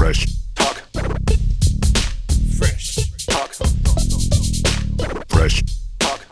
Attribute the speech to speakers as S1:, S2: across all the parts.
S1: Fresh talk. Fresh talk. Fresh talk.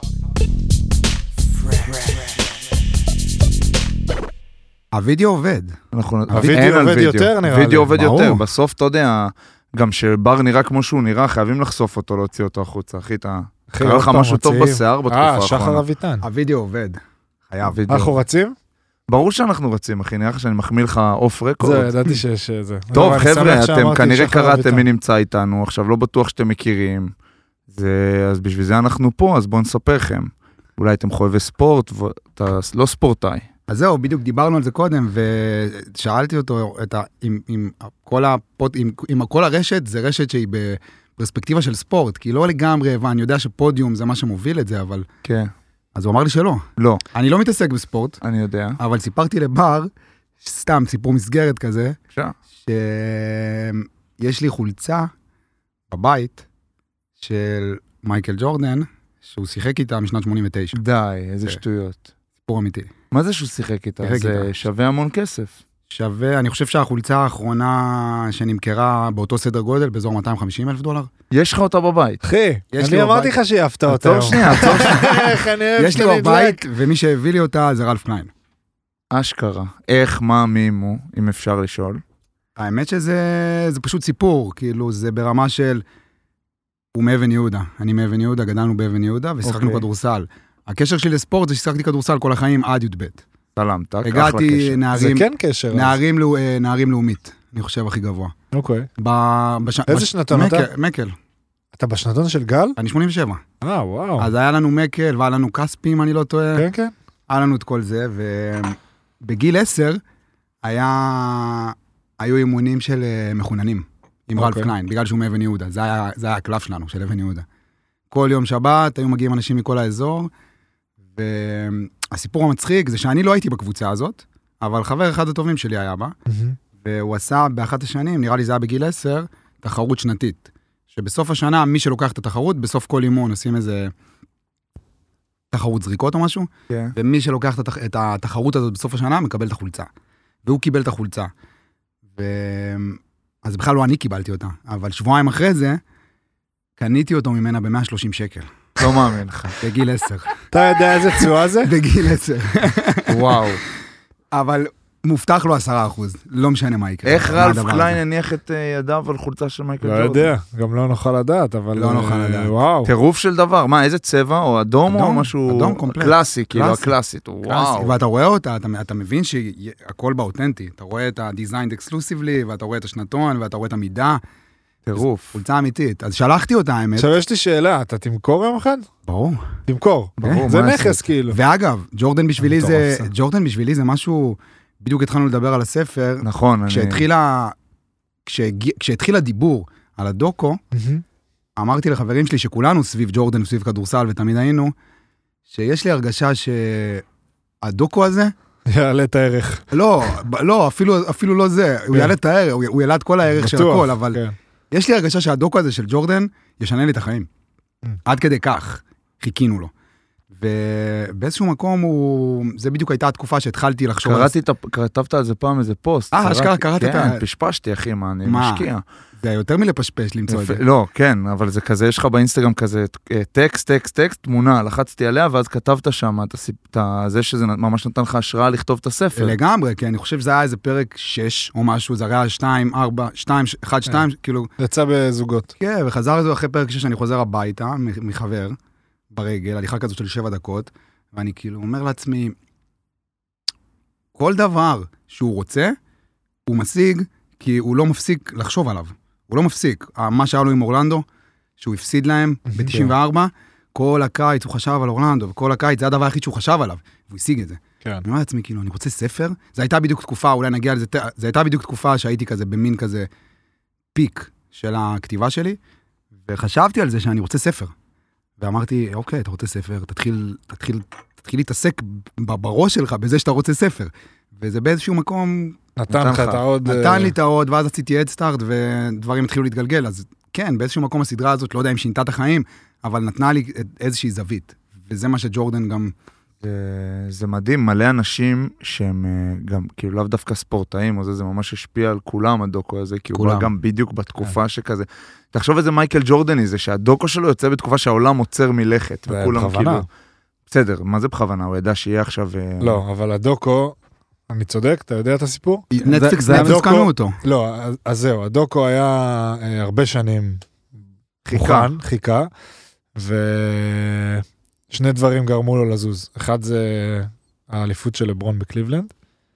S2: הווידאו עובד.
S3: הווידאו עובד יותר נראה לי.
S4: וידאו עובד יותר. בסוף אתה יודע, גם שבר נראה כמו שהוא נראה, חייבים לחשוף אותו, להוציא אותו החוצה. אחי, אתה קרא לך משהו טוב בשיער בתקופה האחרונה.
S3: שחר אביטן.
S2: הווידאו עובד. חייב.
S3: אנחנו רצים?
S4: ברור שאנחנו רצים, אחי, נראה לך שאני מחמיא לך אוף רקורד.
S3: זה, ידעתי שזה.
S4: טוב, חבר'ה, אתם כנראה קראתם מי נמצא איתנו, עכשיו לא בטוח שאתם מכירים, אז בשביל זה אנחנו פה, אז בואו נספר לכם. אולי אתם חובבי ספורט, אתה לא ספורטאי.
S2: אז זהו, בדיוק דיברנו על זה קודם, ושאלתי אותו, אם כל הרשת, זה רשת שהיא בפרספקטיבה של ספורט, כי לא לגמרי, ואני יודע שפודיום זה מה שמוביל את זה, אבל...
S4: כן.
S2: אז הוא אמר לי שלא.
S4: לא.
S2: אני לא מתעסק בספורט.
S4: אני יודע.
S2: אבל סיפרתי לבר, סתם סיפור מסגרת כזה, שיש לי חולצה בבית של מייקל ג'ורדן, שהוא שיחק איתה משנת 89.
S4: די, איזה שטויות.
S2: סיפור אמיתי.
S4: מה זה שהוא שיחק איתה? זה שווה המון כסף.
S2: שווה, אני חושב שהחולצה האחרונה שנמכרה באותו סדר גודל, באזור $250,000.
S4: יש לך אותה בבית?
S3: אחי, אני אמרתי לך שיפת אותה.
S4: עצור שנייה.
S2: יש לי בבית, ומי שהביא לי אותה זה רלף קליין.
S4: אשכרה. איך, מה, מי, מו, אם אפשר לשאול?
S2: האמת שזה פשוט סיפור, כאילו זה ברמה של, הוא מאבן יהודה, אני מאבן יהודה, גדלנו באבן יהודה, ושחקנו כדורסל. הקשר שלי לספורט זה ששחקתי כדורסל כל החיים עד י"ב.
S4: סלמת,
S2: הגעתי
S3: זה כן קשר.
S2: נערים לאומית, אני חושב הכי גבוה.
S3: אוקיי.
S2: איזה
S3: שנתון אתה?
S2: מקל.
S3: אתה בשנתון של גל?
S2: אני 87.
S3: וואו.
S2: אז היה לנו מקל, והיה לנו כספים, אני לא טועה.
S3: כן, כן.
S2: היה לנו את כל זה, ובגיל 10 היו אימונים של מחוננים, עם רלף קליין, בגלל שהוא מאבן יהודה. זה היה הקלף שלנו, של אבן יהודה. כל יום שבת היו מגיעים אנשים מכל האזור, והסיפור המצחיק זה שאני לא הייתי בקבוצה הזאת, אבל חבר אחד הטובים שלי היה בה, והוא עשה באחת השנים, נראה לי זה היה בגיל 10, תחרות שנתית. שבסוף השנה, מי שלוקח את התחרות, בסוף כל אימון עושים איזה תחרות זריקות או משהו, ומי שלוקח את התחרות הזאת בסוף השנה, מקבל את החולצה. והוא קיבל את החולצה. אז בכלל לא אני קיבלתי אותה, אבל שבועיים אחרי זה, קניתי אותו ממנה ב$130.
S4: לא מאמין לך.
S2: בגיל 10.
S3: אתה יודע איזה צועה זה?
S2: בגיל 10.
S4: וואו.
S2: אבל מובטח לו 10%, לא משנה מה יקרה.
S4: איך רלף קליין הניח את ידיו על חולצה של מייקל ג'ורדן?
S3: לא יודע, גם לא נוכל לדעת, אבל...
S2: לא נוכל לדעת.
S3: וואו.
S4: טירוף של דבר, מה, איזה צבע, או אדום או משהו קלאסי, כאילו הקלאסית, וואו.
S2: ואתה רואה אותה, אתה מבין שהכל באותנטי, אתה רואה את ה-designed exclusively, ואתה רואה את השנתון, ואתה רואה את המידה.
S4: טירוף.
S2: חולצה אמיתית. אז שלחתי אותה, האמת.
S3: עכשיו יש לי שאלה, אתה תמכור יום אחד?
S2: ברור.
S3: תמכור. זה נכס כאילו.
S2: ואגב, ג'ורדן בשבילי זה משהו, בדיוק התחלנו לדבר על הספר.
S4: נכון.
S2: כשהתחיל הדיבור על הדוקו, אמרתי לחברים שלי שכולנו סביב ג'ורדן, סביב כדורסל, ותמיד היינו, שיש לי הרגשה שהדוקו הזה,
S3: יעלה את הערך.
S2: לא, אפילו לא זה. הוא יעלה את הערך, הוא יעלה את כל הערך של הכל, אבל יש לי הרגשה שהדוקו הזה של ג'ורדן ישנה לי את החיים. עד כדי כך חיכינו לו. ובאיזשהו מקום זה בדיוק הייתה התקופה שהתחלתי לחשוב.
S4: כתבת על זה פעם איזה פוסט.
S2: אשכרה, קראתי את
S4: כן, פשפשתי אחי, מה, אני משקיע.
S2: זה יותר מלפשפש למצוא את זה.
S4: לא, כן, אבל זה כזה, יש לך באינסטגרם כזה טקסט, תמונה, לחצתי עליה, ואז כתבת שם זה שזה ממש נתן לך השראה לכתוב את הספר.
S2: לגמרי, כן, אני חושב שזה היה איזה פרק 6 או משהו, זה היה 2, 4, 2, 1, 2, כאילו...
S3: יצא בזוגות.
S2: כן, וחזר לזה אחרי פרק 6, אני חוזר הביתה, מחבר, ברגל, הליכה כזו של 7 דקות, ואני כאילו אומר לעצמי, כל דבר שהוא רוצה, הוא משיג, כי הוא לא מפסיק לחשוב עליו. הוא לא מפסיק. מה שהיה לו עם אורלנדו, שהוא הפסיד להם ב-94, כל הקיץ הוא חשב על אורלנדו, וכל הקיץ זה הדבר היחיד שהוא חשב עליו, והוא השיג את זה. אני אומר לעצמי, כאילו, אני רוצה ספר, זה הייתה בדיוק תקופה, אולי נגיע לזה, זה הייתה בדיוק תקופה שהייתי כזה במין כזה פיק של הכתיבה שלי, וחשבתי על זה שאני רוצה ספר. ואמרתי, אוקיי, אתה רוצה ספר, תתחיל להתעסק בראש שלך בזה שאתה רוצה ספר. וזה באיזשהו מקום...
S3: נתן לך את העוד...
S2: נתן לי את העוד, ואז עשיתי הדסטארט, ודברים התחילו להתגלגל. אז כן, באיזשהו מקום הסדרה הזאת, לא יודע אם שינתה את החיים, אבל נתנה לי איזושהי זווית. וזה מה שג'ורדן גם
S4: זה מדהים, מלא אנשים שהם גם, כאילו לאו דווקא ספורטאים, או זה ממש השפיע על כולם הדוקו הזה, כי הוא בא גם בדיוק בתקופה שכזה. תחשוב איזה מייקל ג'ורדני זה, שהדוקו שלו יוצא בתקופה שהעולם עוצר מלכת, וכולם כאילו... בסדר, מה זה בכוונה? הוא ידע שיהיה עכשיו...
S3: לא, אבל הדוקו, אני צודק, אתה יודע את הסיפור?
S2: נטפליקס קנו אותו.
S3: לא, אז זהו, הדוקו היה הרבה שנים חיכה, ושני דברים גרמו לו לזוז. אחד זה האליפות של לברון בקליבלנד,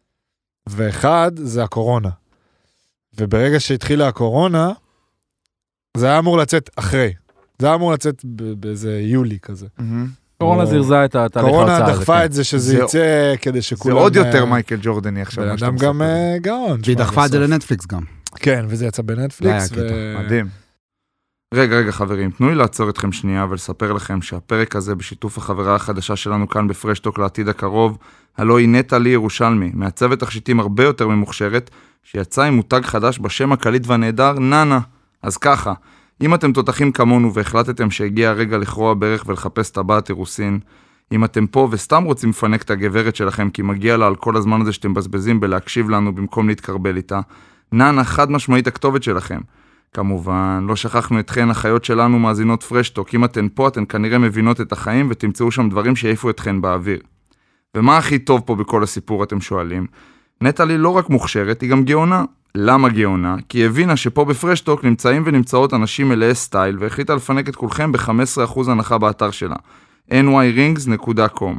S3: ואחד זה הקורונה. וברגע שהתחילה הקורונה, זה היה אמור לצאת אחרי. זה היה אמור לצאת באיזה יולי כזה.
S5: קורונה זרזה את התהליך ההוצאה.
S3: קורונה דחפה את זה שזה יצא כדי שכולם...
S4: זה עוד יותר מייקל ג'ורדני עכשיו.
S3: בן אדם גם גאון.
S2: והיא דחפה את זה לנטפליקס גם.
S3: כן, וזה יצא בנטפליקס.
S4: מדהים. רגע חברים, תנו לי לעצור אתכם שנייה ולספר לכם שהפרק הזה בשיתוף החברה החדשה שלנו כאן בפרשטוק לעתיד הקרוב, הלוא היא נטלי ירושלמי, מעצבת תכשיטים הרבה יותר ממוכשרת, שיצא עם מותג חדש בשם הקליט והנהדר נאנה. אז ככה, אם אתם תותחים כמונו והחלטתם שהגיע הרגע לכרוע ברך ולחפש טבעת אירוסין, אם אתם פה וסתם רוצים לפנק את הגברת שלכם כי מגיע לה על כל הזמן הזה שאתם בזבזים בלהקשיב לנו במקום להתקרבל איתה, נאנה חד משמעית הכתובת שלכם. כמובן, לא שכחנו אתכן, החיות שלנו מאזינות פרשטוק. אם אתן פה, אתן כנראה מבינות את החיים ותמצאו שם דברים שיעיפו אתכן באוויר. ומה הכי טוב פה בכל הסיפור, אתם שואלים? נטלי לא רק מוכשרת, היא גם גאונה. למה גאונה? כי היא הבינה שפה בפרשטוק נמצאים ונמצאות אנשים מלאי סטייל, והחליטה לפנק את כולכם ב-15% הנחה באתר שלה. nyrings.com.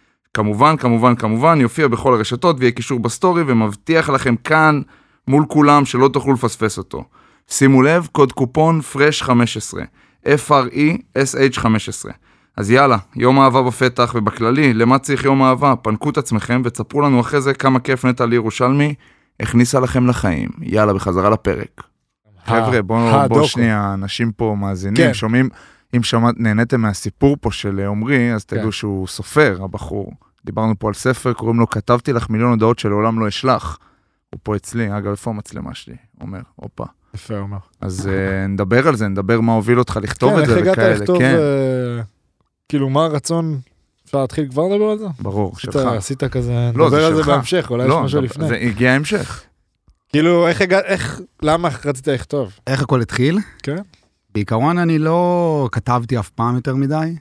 S4: כמובן, יופיע בכל הרשתות ויהיה קישור בסטורי, ומבטיח לכם כאן מול כולם שלא תוכלו לפספס אותו. שימו לב, קוד קופון פרש 15, FRESH 15. אז יאללה, יום אהבה בפתח ובכללי, למה צריך יום אהבה? פנקו את עצמכם ותספרו לנו אחרי זה כמה כיף נטלי ירושלמי הכניסה לכם לחיים. יאללה, בחזרה לפרק. חבר'ה, בואו שנייה, אנשים פה מאזינים, שומעים, אם נהניתם מהסיפור פה של עומרי, אז תדעו שהוא סופר, הבחור. דיברנו פה על ספר, קוראים לו, כתבתי לך מיליון הודעות שלעולם לא אשלח. הוא פה אצלי, אגב, איפה המצלמה שלי? אומר, אופה.
S3: יפה, אומר.
S4: אז נדבר על זה, נדבר מה הוביל אותך לכתוב את זה וכאלה.
S3: כן, איך הגעת לכתוב, כאילו מה הרצון, אפשר להתחיל כבר לדבר על זה?
S4: ברור, שלך.
S3: עשית כזה, נדבר על זה בהמשך, אולי יש משהו לפני.
S4: זה הגיע המשך.
S3: כאילו, למה רצית לכתוב?
S2: איך הכל התחיל?
S3: כן.
S2: בעיקרון אני לא כתבתי אף פעם יותר מדי,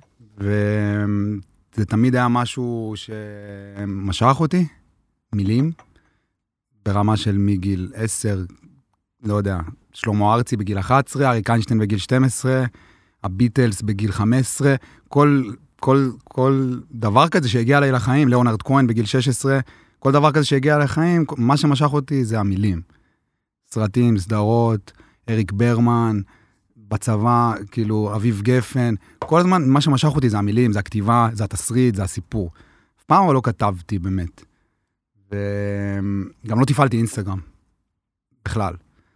S2: וזה תמיד היה משהו שמשך אותי, מילים, ברמה של מגיל 10, לא יודע, שלמה ארצי בגיל 11, אריק איינשטיין בגיל 12, הביטלס בגיל 15, כל דבר כזה שהגיע אליי לחיים, ליאונרד כהן בגיל 16, כל דבר כזה שהגיע אליי לחיים, מה שמשך אותי זה המילים. סרטים, סדרות, אריק ברמן, בצבא, כאילו, אביב גפן, כל הזמן מה שמשך אותי זה המילים, זה הכתיבה, זה התסריט, זה הסיפור. אף פעם לא כתבתי באמת. וגם לא תפעלתי אינסטגרם, בכלל.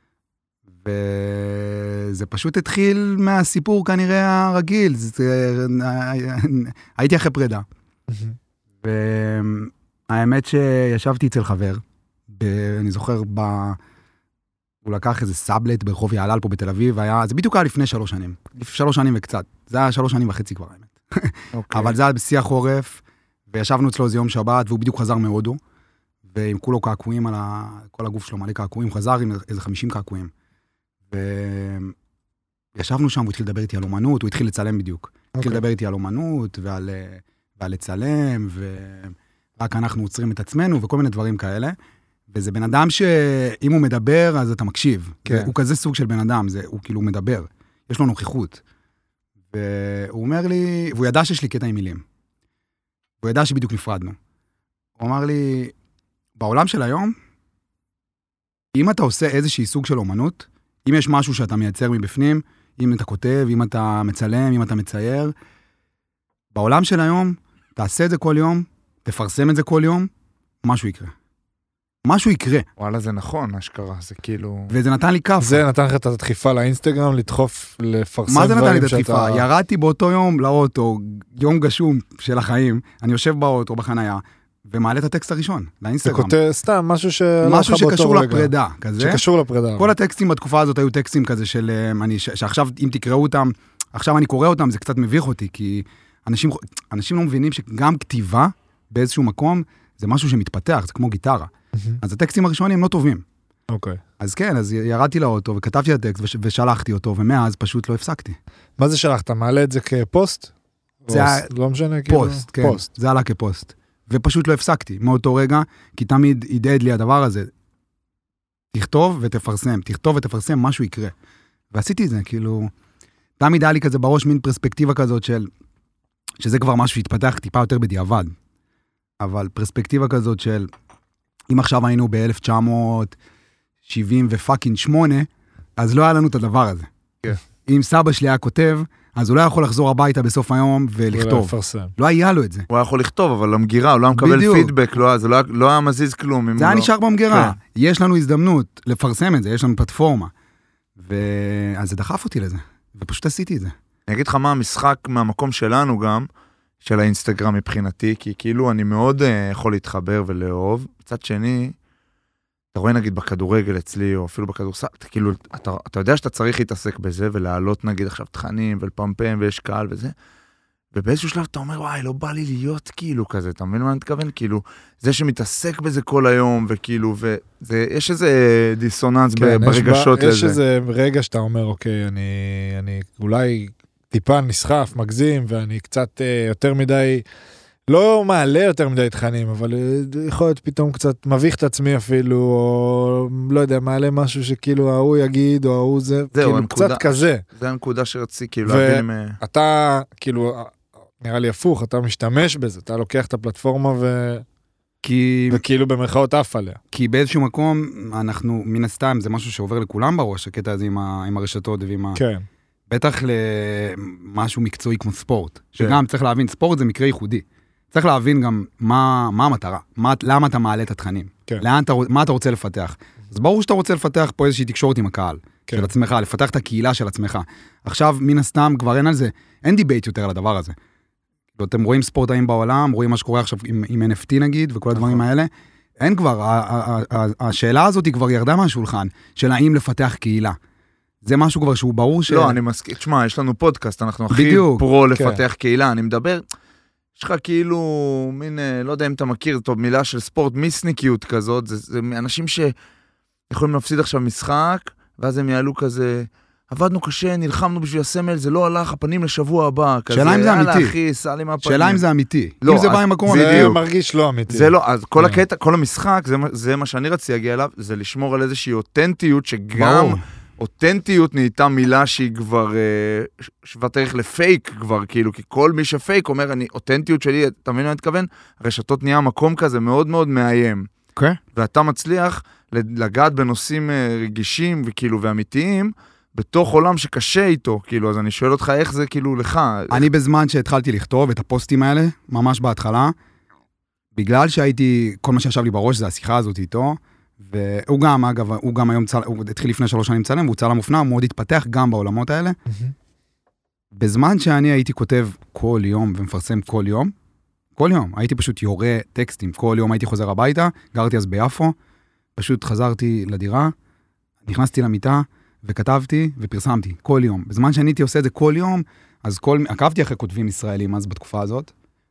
S2: וזה פשוט התחיל מהסיפור כנראה הרגיל, הייתי אחרי פרידה. והאמת שישבתי אצל חבר, אני זוכר, הוא לקח איזה סאבלט ברחוב יעלל פה בתל אביב, זה בדיוק היה לפני 3 שנים, 3 שנים וקצת, זה היה 3 שנים וחצי כבר, האמת. אבל זה היה בשיא החורף, וישבנו אצלו איזה יום שבת, והוא בדיוק חזר מהודו, ועם כולו קעקועים כל הגוף שלו מלא קעקועים, חזר עם איזה 50 קעקועים. וישבנו שם, הוא התחיל לדבר איתי על אומנות, הוא התחיל לצלם בדיוק. התחיל לדבר איתי על אומנות ועל לצלם, ורק אנחנו עוצרים את עצמנו וכל מיני דברים כאלה. וזה בן אדם שאם הוא מדבר, אז אתה מקשיב. הוא כזה סוג של בן אדם, הוא כאילו מדבר. יש לו נוכחות. והוא אומר לי, והוא ידע שיש לי קטע עם מילים. הוא ידע שבדיוק נפרדנו. הוא אמר לי, בעולם של היום, אם אתה עושה איזושהי סוג של אומנות, אם יש משהו שאתה מייצר מבפנים, אם אתה כותב, אם אתה מצלם, אם אתה מצייר, בעולם של היום, תעשה את זה כל יום, תפרסם את זה כל יום, משהו יקרה. משהו יקרה.
S4: וואלה, זה נכון, אשכרה, זה כאילו...
S2: וזה נתן לי כף.
S3: זה נתן לך את הדחיפה לאינסטגרם, לדחוף, לפרסם
S2: דברים שאתה... מה זה נתן לי את הדחיפה? ירדתי באותו יום לאוטו, יום גשום של החיים, אני יושב באוטו בחנייה, ומעלה את הטקסט הראשון, לאינסטגרם.
S3: וכותב סתם, משהו
S2: שקשור לפרידה, כזה.
S3: שקשור לפרידה.
S2: כל הטקסטים בתקופה הזאת היו טקסטים כזה של, שעכשיו, אם תקראו אותם, עכשיו אני קורא אותם, זה קצת מביך אותי, כי אנשים לא מבינים שגם כתיבה באיזשהו מקום, זה משהו שמתפתח, זה כמו גיטרה. אז הטקסטים הראשונים לא טובים.
S3: אוקיי.
S2: אז כן, אז ירדתי לאוטו וכתבתי את הטקסט ושלחתי אותו, ומאז פשוט לא הפסקתי.
S3: מה זה שלחת? מעלה את זה כפוסט?
S2: זה
S3: לא משנה,
S2: פוסט, כן. זה עלה כפוסט. ופשוט לא הפסקתי מאותו רגע, כי תמיד ידעד לי הדבר הזה. תכתוב ותפרסם, משהו יקרה. ועשיתי את זה, כאילו, תמיד היה לי כזה בראש מין פרספקטיבה כזאת שזה כבר משהו שהתפתח טיפה יותר בדיעבד. אבל פרספקטיבה כזאת של, אם עכשיו היינו ב-1970 ופאקינג 8, אז לא היה לנו את הדבר הזה. אם סבא שלי היה כותב, אז הוא לא יכול לחזור הביתה בסוף היום ולכתוב. לא היה לו את זה.
S4: הוא היה יכול לכתוב, אבל למגירה, הוא לא מקבל פידבק, זה לא היה מזיז כלום.
S2: זה היה נשאר במגירה. יש לנו הזדמנות לפרסם את זה, יש לנו פלטפורמה. אז זה דחף אותי לזה, ופשוט עשיתי את זה.
S4: אני אגיד לך מה המשחק מהמקום שלנו גם, של האינסטגרם מבחינתי, כי כאילו אני מאוד יכול להתחבר ולאהוב. מצד שני, אתה רואה נגיד בכדורגל אצלי, או אפילו בכדורסל, כאילו, אתה יודע שאתה צריך להתעסק בזה, ולהעלות נגיד עכשיו תכנים, ולפמפם, ויש קהל וזה, ובאיזשהו שלב אתה אומר, וואי, לא בא לי להיות כאילו כזה, אתה מבין מה אני מתכוון? כאילו, זה שמתעסק בזה כל היום, וכאילו, יש איזה דיסוננס ברגשות לזה.
S3: יש איזה רגע שאתה אומר, אוקיי, אני אולי טיפה נסחף, מגזים, ואני קצת יותר מדי, לא מעלה יותר מדי תכנים, אבל יכול להיות פתאום קצת מביך את עצמי אפילו, או לא יודע, מעלה משהו שכאילו ההוא יגיד, או ההוא זה, כאילו קצת כזה.
S4: זה הנקודה שרציתי, כאילו להבין...
S3: ואתה, כאילו, נראה לי הפוך, אתה משתמש בזה, אתה לוקח את הפלטפורמה וכאילו במרכאות אף עליה.
S2: כי באיזשהו מקום, אנחנו, מן הסתם, זה משהו שעובר לכולם בראש, הקטע הזה עם הרשתות ועם ה...
S3: כן.
S2: בטח למשהו מקצועי כמו ספורט, שגם צריך להבין, ספורט זה מקרה ייחודי. צריך להבין גם מה המטרה, למה אתה מעלה את התכנים, מה אתה רוצה לפתח. אז ברור שאתה רוצה לפתח פה איזושהי תקשורת עם הקהל, של עצמך, לפתח את הקהילה של עצמך. עכשיו, מן הסתם, כבר אין על זה, אין דיבייט יותר על הדבר הזה. אתם רואים ספורטאים בעולם, רואים מה שקורה עכשיו עם NFT נגיד, וכל הדברים האלה, אין כבר, השאלה הזאת היא כבר ירדה מהשולחן, של האם לפתח קהילה. זה משהו כבר שהוא ברור ש...
S4: לא, אני מסכים, תשמע, יש לנו פודקאסט, אנחנו הכי פרו לפתח קהילה, אני מדבר... יש לך כאילו, מין, לא יודע אם אתה מכיר, טוב, מילה של ספורט, מיסניקיות כזאת, זה אנשים שיכולים להפסיד עכשיו משחק, ואז הם יעלו כזה, עבדנו קשה, נלחמנו בשביל הסמל, זה לא הלך, הפנים לשבוע הבא, כזה,
S2: שאלה אם זה אמיתי.
S4: אחי, סע לי מהפנים.
S2: שאלה אם זה אמיתי.
S4: לא,
S2: אם זה בא עם מקום,
S3: זה מרגיש לא אמיתי.
S4: זה לא, אז כל הקטע, כל המשחק, זה מה שאני רציתי להגיע אליו, זה לשמור על איזושהי אותנטיות, שגם... אותנטיות נהייתה מילה שהיא כבר שוות ערך לפייק כבר, כאילו, כי כל מי שפייק אומר, אותנטיות שלי, אתה מבין מה אני מתכוון? הרשתות נהיה מקום כזה מאוד מאוד מאיים.
S2: אוקיי.
S4: ואתה מצליח לגעת בנושאים רגישים וכאילו ואמיתיים, בתוך עולם שקשה איתו, כאילו, אז אני שואל אותך איך זה כאילו לך.
S2: אני בזמן שהתחלתי לכתוב את הפוסטים האלה, ממש בהתחלה, בגלל שהייתי, כל מה שישב לי בראש זה השיחה הזאת איתו, והוא גם, אגב, הוא גם היום, הוא התחיל לפני 3 שנים צלם, והוא צלם אופנה, הוא מאוד התפתח גם בעולמות האלה. בזמן שאני הייתי כותב כל יום ומפרסם כל יום, הייתי פשוט יורה טקסטים, כל יום הייתי חוזר הביתה, גרתי אז ביפו, פשוט חזרתי לדירה, נכנסתי למיטה, וכתבתי ופרסמתי כל יום. בזמן שאני הייתי עושה את זה כל יום, אז עקבתי אחרי כותבים ישראלים אז בתקופה הזאת,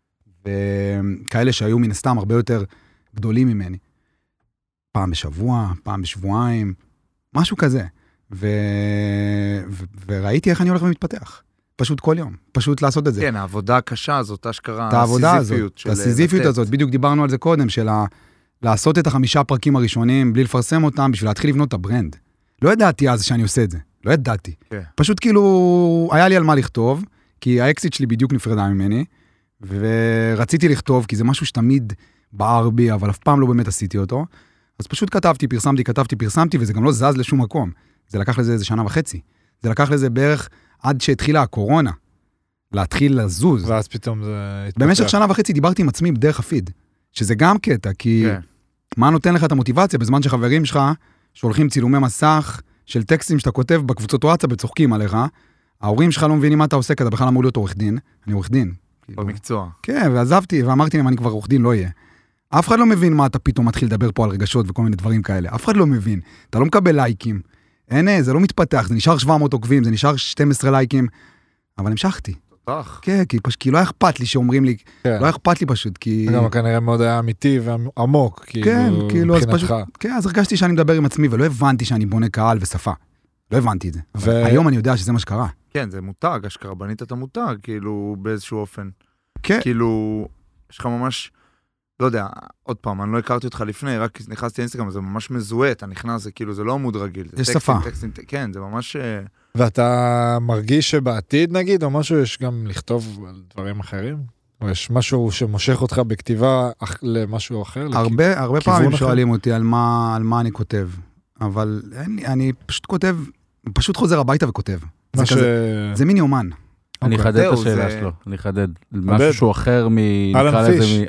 S2: וכאלה שהיו מן הסתם הרבה יותר גדולים ממני. פעם בשבוע, פעם בשבועיים, משהו כזה. וראיתי איך אני הולך ומתפתח. פשוט כל יום. פשוט לעשות את זה.
S4: כן, העבודה הקשה הזאת, אשכרה,
S2: הסיזיפיות הזאת, בדיוק דיברנו על זה קודם, של לעשות את 5 פרקים הראשונים, בלי לפרסם אותם, בשביל להתחיל לבנות את הברנד. לא ידעתי אז שאני עושה את זה. לא ידעתי. פשוט כאילו, היה לי על מה לכתוב, כי האקסיט שלי בדיוק נפרדה ממני, ורציתי לכתוב, כי זה משהו שתמיד בער בי, אבל אף פעם לא באמת עשיתי אותו. אז פשוט כתבתי, פרסמתי, וזה גם לא זז לשום מקום. זה לקח לזה איזה 1.5 שנה. זה לקח לזה בערך עד שהתחילה הקורונה, להתחיל לזוז.
S3: ואז פתאום זה התפתח.
S2: במשך 1.5 שנה דיברתי עם עצמי בדרך הפיד, שזה גם קטע, כי מה נותן לך את המוטיבציה בזמן שחברים שלך שולחים צילומי מסך של טקסטים שאתה כותב בקבוצות וואטסאפ וצוחקים עליך, ההורים שלך לא מבינים מה אתה עושה, כי אתה בכלל אמור להיות עורך דין, אני עורך דין.
S4: במקצוע.
S2: כן, ועזבתי, ואמרתי להם, אני כבר עורך דין, לא יהיה. אף אחד לא מבין מה אתה פתאום מתחיל לדבר פה על רגשות וכל מיני דברים כאלה. אף אחד לא מבין. אתה לא מקבל לייקים. אין, זה לא מתפתח, זה נשאר 700 עוקבים, זה נשאר 12 לייקים, אבל המשכתי.
S4: כך.
S2: כן, כי לא היה אכפת לי שאומרים לי,
S3: כן.
S2: לא היה אכפת לי פשוט, כי...
S3: גם כנראה מאוד היה אמיתי ועמוק,
S2: כן, כאילו, אז
S3: מבחינתך.
S2: פשוט, כן, אז הרגשתי שאני מדבר עם עצמי, ולא הבנתי שאני בונה קהל ושפה. לא הבנתי את זה. היום אני יודע שזה מה שקרה.
S4: כן, זה מותג, אשכרה, בנית את המותג, כאילו, באיזשהו אופן.
S2: כן.
S4: כאילו, יש לך ממש, לא יודע, עוד פעם, אני לא הכרתי אותך לפני, רק נכנסתי לאינסטגרם, זה ממש מזוהה, אתה נכנס, זה כאילו, זה לא עמוד רגיל.
S2: יש שפה.
S4: כן, זה ממש...
S3: ואתה מרגיש שבעתיד נגיד, או משהו, יש גם לכתוב על דברים אחרים? או יש משהו שמושך אותך בכתיבה למשהו אחר?
S2: הרבה פעמים שואלים אותי על מה אני כותב, אבל אני פשוט כותב, פשוט חוזר הביתה וכותב. זה מין יומן.
S5: אני אחדד את השאלה שלו, אני אחדד. משהו שהוא אחר
S3: אלן פיש.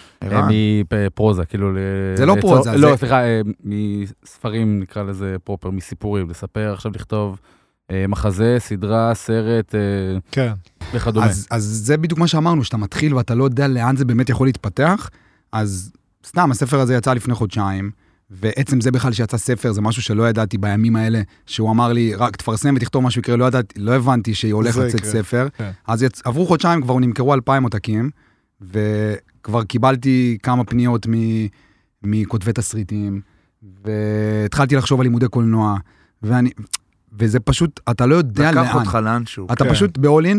S5: מפרוזה, כאילו...
S2: זה לא פרוזה.
S5: לא, סליחה, מספרים נקרא לזה פרופר, מסיפורים, לספר, עכשיו לכתוב מחזה, סדרה, סרט,
S3: כן.
S5: וכדומה.
S2: אז זה בדיוק מה שאמרנו, שאתה מתחיל ואתה לא יודע לאן זה באמת יכול להתפתח, אז סתם, הספר הזה יצא לפני חודשיים, ועצם זה בכלל שיצא ספר, זה משהו שלא ידעתי בימים האלה, שהוא אמר לי, רק תפרסם ותכתוב משהו יקרה, לא הבנתי שהיא הולך לצאת ספר. אז עברו חודשיים, כבר נמכרו 2,000 עותקים, וכבר קיבלתי כמה פניות מכותבי תסריטים, והתחלתי לחשוב על לימודי קולנוע, וזה פשוט, אתה לא יודע לאן.
S4: לקח אותך לאנשהו.
S2: אתה פשוט באולין,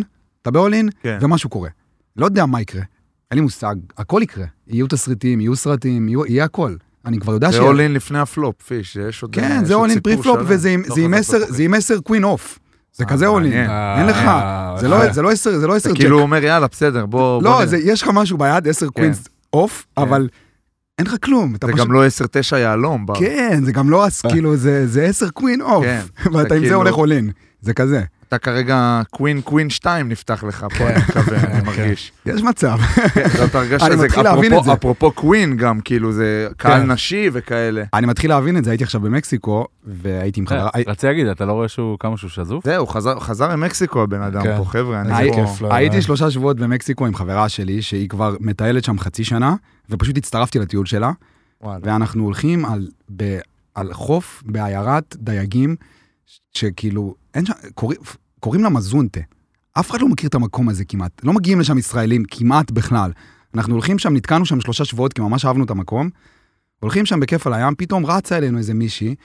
S2: ומשהו קורה. לא יודע מה יקרה. אין לי מושג, הכל יקרה. יהיו תסריטים, יהיו סרטים, יהיה הכל. אני כבר יודע
S4: זה אולין לפני הפלופ, פיש, יש עוד...
S2: כן, זה אולין פרי פלופ, וזה עם 10 קווין אוף. זה כזה אולין. אין לך. זה לא 10
S4: זה
S2: ג'ק.
S4: כאילו הוא אומר, יאללה, בסדר, בוא...
S2: לא, יש לך משהו ביד, 10 קווינס אוף, אבל אין לך כלום.
S4: זה גם לא 10-9 יעלום.
S2: כן, זה גם לא, כאילו, זה 10 קווין אוף. ואתה עם זה הולך אולין. זה כזה.
S4: אתה כרגע קווין 2 נפתח לך פה, אני מקווה, אני מרגיש.
S2: יש מצב.
S4: זאת הרגשה,
S2: אני מתחיל להבין את זה.
S4: אפרופו קווין גם, כאילו זה קהל נשי וכאלה.
S2: אני מתחיל להבין את זה, הייתי עכשיו במקסיקו, והייתי עם חברה...
S5: רציתי להגיד, אתה לא רואה כמה שהוא שזוף?
S4: זהו, חזר למקסיקו הבן אדם פה, חבר'ה.
S2: הייתי 3 שבועות במקסיקו עם חברה שלי, שהיא כבר מטיילת שם חצי שנה, ופשוט הצטרפתי לטיול שלה, ואנחנו הולכים על חוף בעיירת דייגים, שכאילו, קוראים לה מזונטה. אף אחד לא מכיר את המקום הזה כמעט. לא מגיעים לשם ישראלים כמעט בכלל. אנחנו הולכים שם, נתקענו שם 3 שבועות, כי ממש אהבנו את המקום. הולכים שם בכיף על הים, פתאום רצה אלינו איזה מישהי.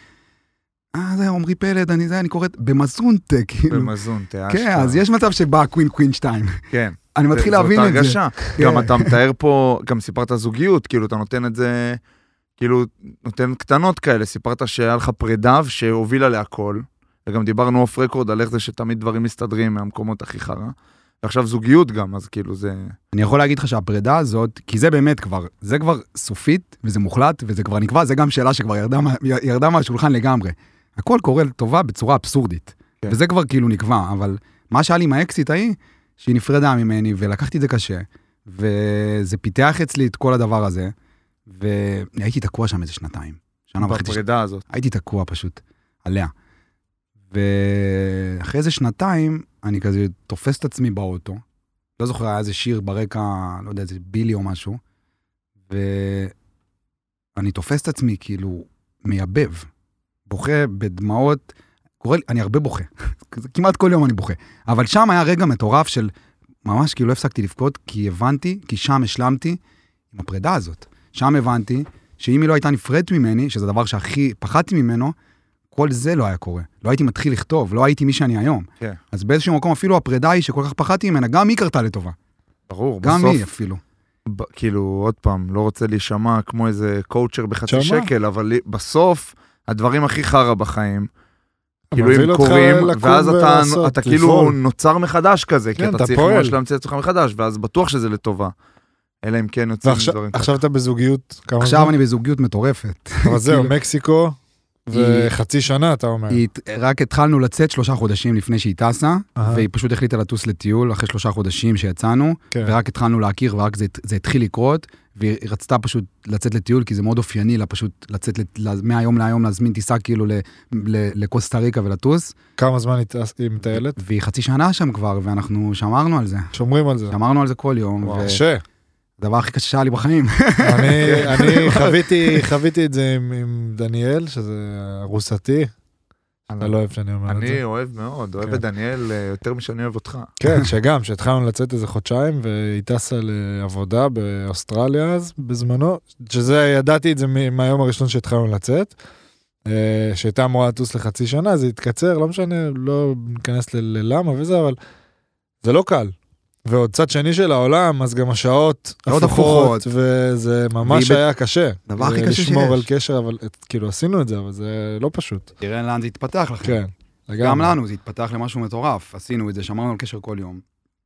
S2: זה עומרי פלד, אני קוראת במזונטה, כאילו.
S4: במזונטה,
S2: כן, אז יש מצב שבא קווין 2.
S4: כן.
S2: אני מתחיל להבין את זה.
S4: גם אתה מתאר פה, גם סיפרת זוגיות, כאילו אתה נותן את זה, כאילו נותן קטנות כאלה, סיפרת שהיה לך פרידה שהובילה להכל. וגם דיברנו אוף רקורד על איך זה שתמיד דברים מסתדרים מהמקומות הכי חרה. ועכשיו זוגיות גם, אז כאילו זה...
S2: אני יכול להגיד לך שהפרידה הזאת, כי זה באמת כבר, זה כבר סופית, וזה מוחלט, וזה כבר נקבע, זה גם שאלה שכבר ירדה מהשולחן לגמרי. הכל קורה לטובה בצורה אבסורדית. כן. וזה כבר כאילו נקבע, אבל מה שהיה לי עם האקסיט ההיא, שהיא נפרדה ממני, ולקחתי את זה קשה, וזה פיתח אצלי את כל הדבר הזה, והייתי תקוע שם איזה 2 שנה וחצי.
S4: בפרידה הזאת.
S2: הייתי תקוע פשוט עליה. ואחרי איזה 2 אני כזה תופס את עצמי באוטו, לא זוכר, היה איזה שיר ברקע, לא יודע, איזה בילי או משהו, ואני תופס את עצמי כאילו מייבב, בוכה בדמעות, אני הרבה בוכה, כמעט כל יום אני בוכה, אבל שם היה רגע מטורף של, ממש כאילו לא הפסקתי לבכות, כי הבנתי, כי שם השלמתי עם הפרידה הזאת, שם הבנתי שאם היא לא הייתה נפרדת ממני, שזה הדבר שהכי פחדתי ממנו, כל זה לא היה קורה. לא הייתי מתחיל לכתוב, לא הייתי מי שאני היום.
S4: כן.
S2: אז באיזשהו מקום אפילו הפרידה היא שכל כך פחדתי ממנה, גם היא קרתה לטובה.
S4: ברור,
S2: גם
S4: בסוף...
S2: היא אפילו.
S4: כאילו, עוד פעם, לא רוצה להישמע כמו איזה קואוצ'ר בחצי שקל, אבל בסוף, הדברים הכי חרה בחיים, כאילו הם קורים, ואז אתה כאילו נוצר מחדש כזה, כי אתה צריך ממש להמציא את עצמך מחדש, ואז בטוח שזה לטובה. אלא אם כן יוצאים דברים.
S3: עכשיו אתה בזוגיות?
S2: עכשיו אני בזוגיות מטורפת.
S3: אבל זהו, מקסיקו... וחצי שנה, אתה אומר.
S2: רק התחלנו לצאת 3 חודשים לפני שהיא טסה, והיא פשוט החליטה לטוס לטיול אחרי 3 חודשים שיצאנו, ורק התחלנו להכיר, ורק זה התחיל לקרות, והיא רצתה פשוט לצאת לטיול, כי זה מאוד אופייני לה פשוט לצאת מהיום להיום להזמין טיסה כאילו לקוסטה ריקה ולטוס.
S3: כמה זמן היא מטיילת?
S2: והיא חצי שנה שם כבר, ואנחנו שמרנו על זה.
S3: שומרים על זה.
S2: שמרנו על זה כל יום.
S3: קשה.
S2: הדבר הכי קשה שהיה לי בחיים.
S3: אני חוויתי את זה עם דניאל, שזה ארוסתי, אתה לא אוהב שאני אומר את זה.
S4: אני אוהב מאוד, אוהב את דניאל יותר משאני אוהב אותך.
S3: כן, שגם, שהתחלנו לצאת איזה חודשיים, והיא טסה לעבודה באוסטרליה אז, בזמנו, שזה, ידעתי את זה מהיום הראשון שהתחלנו לצאת, שהייתה אמורה לטוס לחצי שנה, זה התקצר, לא משנה, לא ניכנס ללמה וזה, אבל זה לא קל. ועוד צד שני של העולם, אז גם השעות הפוכות, וזה ממש היה קשה.
S2: דבר הכי קשה שיש.
S3: לשמור על קשר, אבל כאילו עשינו את זה, אבל זה לא פשוט.
S2: תראה לאן זה התפתח לכם.
S3: כן.
S2: גם לנו זה התפתח למשהו מטורף. עשינו את זה, שמרנו על קשר כל יום.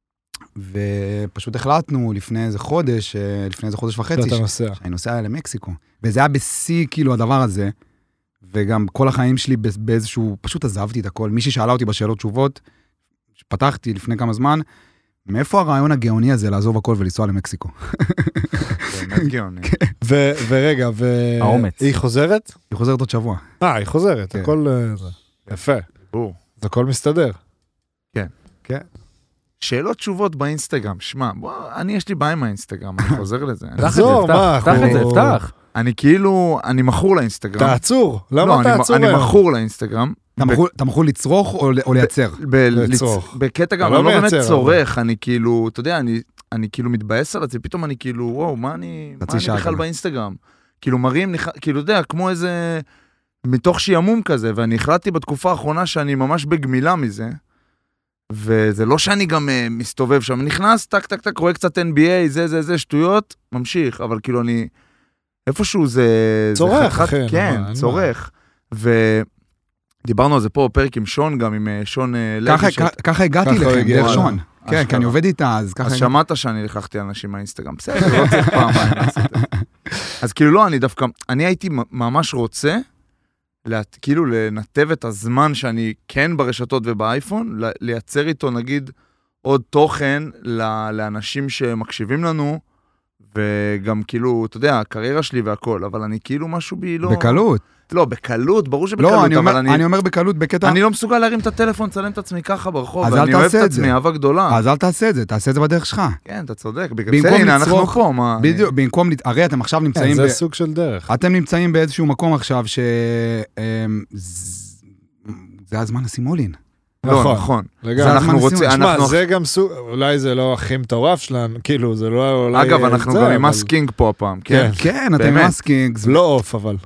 S2: ופשוט החלטנו לפני איזה חודש וחצי, שאני נוסע למקסיקו. וזה היה בשיא, כאילו, הדבר הזה. וגם כל החיים שלי באיזשהו, פשוט עזבתי את הכל. מישהי שאלה אותי בשאלות תשובות, שפתחתי לפני כמה זמן, מאיפה הרעיון הגאוני הזה לעזוב הכל ולנסוע למקסיקו?
S4: באמת גאוני.
S3: ורגע,
S5: האומץ.
S3: היא חוזרת?
S2: היא חוזרת עוד שבוע.
S3: היא חוזרת, הכל יפה. זה הכל מסתדר.
S4: כן. שאלות תשובות באינסטגרם, שמע, אני יש לי בעיה עם האינסטגרם, אני חוזר לזה.
S3: תחזור, מה?
S5: פתח את זה, פתח.
S4: אני כאילו, אני מכור לאינסטגרם.
S3: תעצור, למה תעצור היום?
S4: אני מכור לאינסטגרם.
S2: אתה מכור לצרוך או לייצר?
S3: לצרוך.
S4: בקטע גם, אני לא באמת צורך, אני כאילו, אתה יודע, אני כאילו מתבאס על זה, פתאום אני כאילו, וואו, מה אני בכלל באינסטגרם? כאילו מראים, כאילו, אתה יודע, כמו איזה, מתוך שימום כזה, ואני החלטתי בתקופה האחרונה שאני ממש בגמילה מזה, וזה לא שאני גם מסתובב שם, נכנס, טק, טק, טק, רואה קצת NBA, זה, שטויות, ממשיך, אבל כאילו אני, איפשהו זה...
S3: צורך, אחי.
S4: כן, צורך. ודיברנו על זה פה בפרק עם שון, גם עם שון לוי.
S2: ככה הגעתי לכם, דרך שון. כן, כי אני עובד איתה, אז ככה...
S4: אז שמעת שאני לקחתי אנשים מהאינסטגרם, בסדר, לא צריך פעמיים לעשות את זה. אז כאילו לא, אני דווקא, אני הייתי ממש רוצה, כאילו לנתב את הזמן שאני כן ברשתות ובאייפון, לייצר איתו נגיד עוד תוכן לאנשים שמקשיבים לנו, וגם כאילו, אתה יודע, הקריירה שלי והכל, אבל אני כאילו משהו בי לא...
S2: בקלות.
S4: לא, בקלות, ברור שבקלות,
S2: לא,
S4: אבל
S2: אני אומר בקלות בקטע...
S4: אני לא מסוגל להרים את הטלפון, צלם את עצמי ככה ברחוב,
S2: ואני
S4: אוהב את עצמי, אהבה גדולה.
S2: אז אל תעשה את זה, תעשה את זה בדרך שלך.
S4: כן, אתה צודק, הנה, אנחנו פה, מה...
S2: בדיוק, במקום, הרי אתם עכשיו נמצאים...
S3: זה סוג של דרך.
S2: אתם נמצאים באיזשהו מקום עכשיו זה הזמן לשים אולין.
S4: נכון.
S3: אנחנו רוצים, זה גם סוג, אולי זה לא הכי מטורף שלנו, כאילו, זה לא אולי...
S4: אגב, אנחנו גם עם הסקינג פה הפעם, כן?
S2: כן, אתם עם הסקינג.
S3: לא אוף, אבל.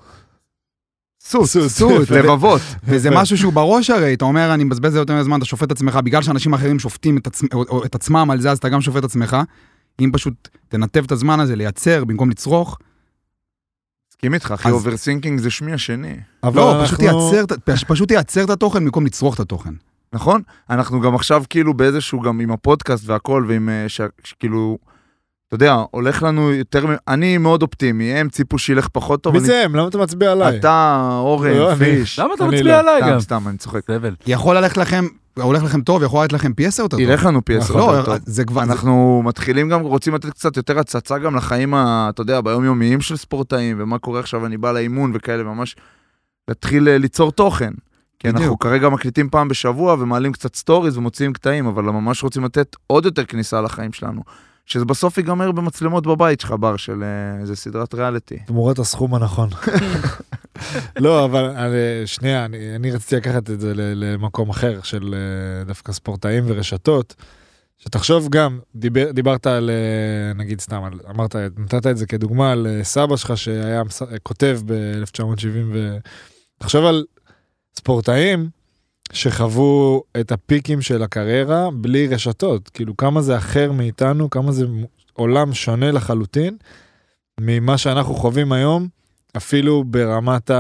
S4: סוט, לבבות.
S2: וזה משהו שהוא בראש הרי, אתה אומר, אני מבזבז יותר מזמן, אתה שופט את עצמך, בגלל שאנשים אחרים שופטים את עצמם על זה, אז אתה גם שופט את עצמך. אם פשוט תנתב את הזמן הזה, לייצר, במקום לצרוך.
S4: מסכים איתך, אחי, אוברסינקינג זה שמי השני.
S2: לא, פשוט תייצר את התוכן, במקום לצרוך את התוכן.
S4: נכון? אנחנו גם עכשיו כאילו באיזשהו, גם עם הפודקאסט והכל, ועם כאילו, אתה יודע, הולך לנו יותר, אני מאוד אופטימי, הם ציפו שילך פחות טוב.
S3: מי זה הם? למה אתה מצביע עליי?
S4: אתה, אורן, פיש.
S5: למה אתה מצביע עליי גם?
S4: סתם, אני צוחק.
S2: יכול ללכת לכם, הולך לכם טוב, יכול ללכת לכם פי 10 יותר טוב.
S4: ילך לנו פי 10 יותר טוב.
S2: זה כבר...
S4: אנחנו מתחילים גם, רוצים לתת קצת יותר הצצה גם לחיים, אתה יודע, ביומיומיים של ספורטאים, ומה קורה עכשיו, אני בא לאימון וכאלה, ממש להתחיל ליצור תוכן. כי אנחנו כרגע מקליטים פעם בשבוע, ומעלים קצת סטוריז ומוציאים קטעים, אבל ממש רוצים לתת עוד יותר כניסה לחיים שלנו. שזה בסוף ייגמר במצלמות בבית שלך, בר של איזה סדרת ריאליטי.
S3: תמורת הסכום הנכון. לא, אבל שנייה, אני רציתי לקחת את זה למקום אחר, של דווקא ספורטאים ורשתות, שתחשוב גם, דיברת על, נגיד סתם, אמרת, נתת את זה כדוגמה על סבא שלך, שהיה כותב ב-1970, ותחשוב על ספורטאים, שחוו את הפיקים של הקריירה בלי רשתות, כאילו כמה זה אחר מאיתנו, כמה זה עולם שונה לחלוטין, ממה שאנחנו חווים היום, אפילו ברמת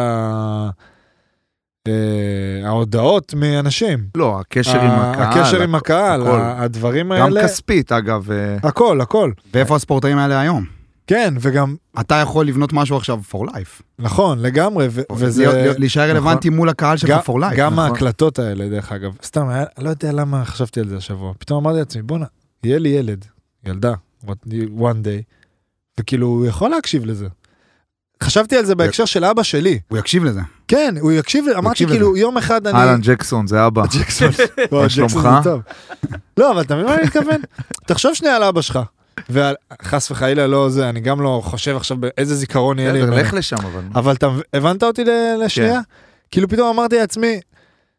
S3: ההודעות מאנשים.
S4: לא, הקשר עם הקהל.
S3: הקשר עם הקהל, הדברים האלה.
S4: גם כספית, אגב.
S3: הכל.
S2: ואיפה הספורטאים האלה היום?
S3: כן, וגם...
S2: אתה יכול לבנות משהו עכשיו for life.
S3: נכון, לגמרי, וזה...
S2: להישאר רלוונטי מול הקהל שלך for life.
S3: גם ההקלטות האלה, דרך אגב. סתם, לא יודע למה חשבתי על זה השבוע. פתאום אמרתי לעצמי, בוא יהיה לי ילד, ילדה, one day, וכאילו, הוא יכול להקשיב לזה. חשבתי על זה בהקשר של אבא שלי.
S2: הוא יקשיב לזה.
S3: כן, הוא יקשיב, אמרתי כאילו, יום אחד אני...
S4: אלן ג'קסון, זה אבא.
S3: ג'קסון. ג'קסון זה טוב. לא, אבל אתה מבין מה אני מתכוון? תחשוב שנייה על אבא שלך. וחס וחלילה לא זה, אני גם לא חושב עכשיו באיזה זיכרון יהיה לי.
S4: לך לשם,
S3: אבל אתה הבנת אותי לשנייה? כאילו פתאום אמרתי לעצמי,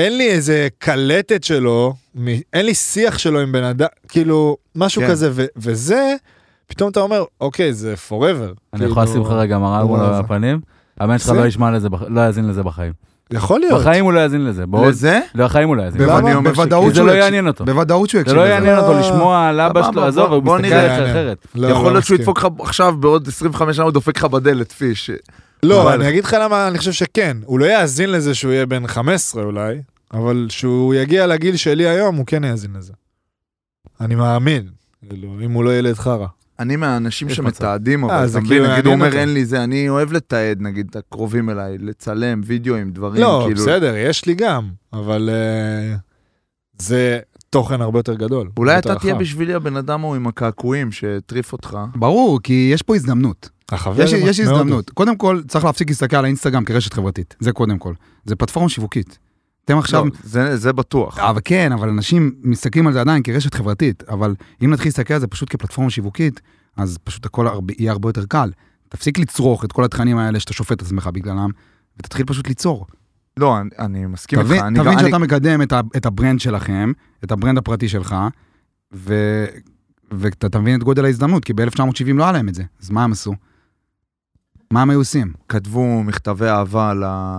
S3: אין לי איזה קלטת שלו, אין לי שיח שלו עם בן אדם, כאילו, משהו כזה, וזה, פתאום אתה אומר, אוקיי, זה forever.
S5: אני יכול לשים לך רגע מראה מול הפנים, הבן שלך לא ישמע לזה, לא יאזין לזה בחיים.
S3: יכול להיות.
S5: בחיים הוא לא יאזין לזה.
S4: לזה?
S5: בחיים הוא לא יאזין.
S2: בוודאות
S5: זה לא יעניין אותו.
S2: בוודאות שהוא יקשיב
S5: זה לא
S2: לזה.
S5: יעניין אותו לשמוע על אבא שלו, עזוב, הוא מסתכל עליך אחרת.
S4: יכול להיות שהוא ידפוק לך עכשיו בעוד 25 שנה, הוא דופק לך בדלת, פיש.
S3: לא, אני אגיד לך למה אני חושב שכן. הוא לא יאזין לזה שהוא יהיה בן 15 אולי, אבל שהוא יגיע לגיל שלי היום, הוא כן יאזין לזה. אני מאמין. אם הוא לא ילד חרה.
S4: אני מהאנשים שמתעדים, אבל
S3: זה
S4: אתה מבין, נגיד הוא אומר אין לי זה, אני אוהב לתעד, נגיד, את הקרובים אליי, לצלם וידאוים, דברים,
S3: לא,
S4: כאילו...
S3: בסדר, יש לי גם, אבל זה תוכן הרבה יותר גדול.
S4: אולי אתה תהיה בשבילי הבן אדם הוא עם הקעקועים שטריף אותך.
S2: ברור, כי יש פה הזדמנות. יש
S3: מאוד.
S2: הזדמנות. קודם כל, צריך להפסיק להסתכל על האינסטגרם כרשת חברתית. זה קודם כל. זה פלטפורמה שיווקית. אתם עכשיו...
S4: לא, זה בטוח.
S2: אבל כן, אבל אנשים מסתכלים על זה עדיין כרשת חברתית, אבל אם נתחיל להסתכל על זה פשוט כפלטפורמה שיווקית, אז פשוט הכל יהיה הרבה יותר קל. תפסיק לצרוך את כל התכנים האלה שאתה שופט את עצמך בגללם, ותתחיל פשוט ליצור.
S4: לא, אני מסכים איתך.
S2: תבין שאתה מקדם את הברנד שלכם, את הברנד הפרטי שלך, ואתה תבין את גודל ההזדמנות, כי ב-1970 לא היה להם את זה. אז מה הם עשו? מה הם היו עושים?
S4: כתבו מכתבי אהבה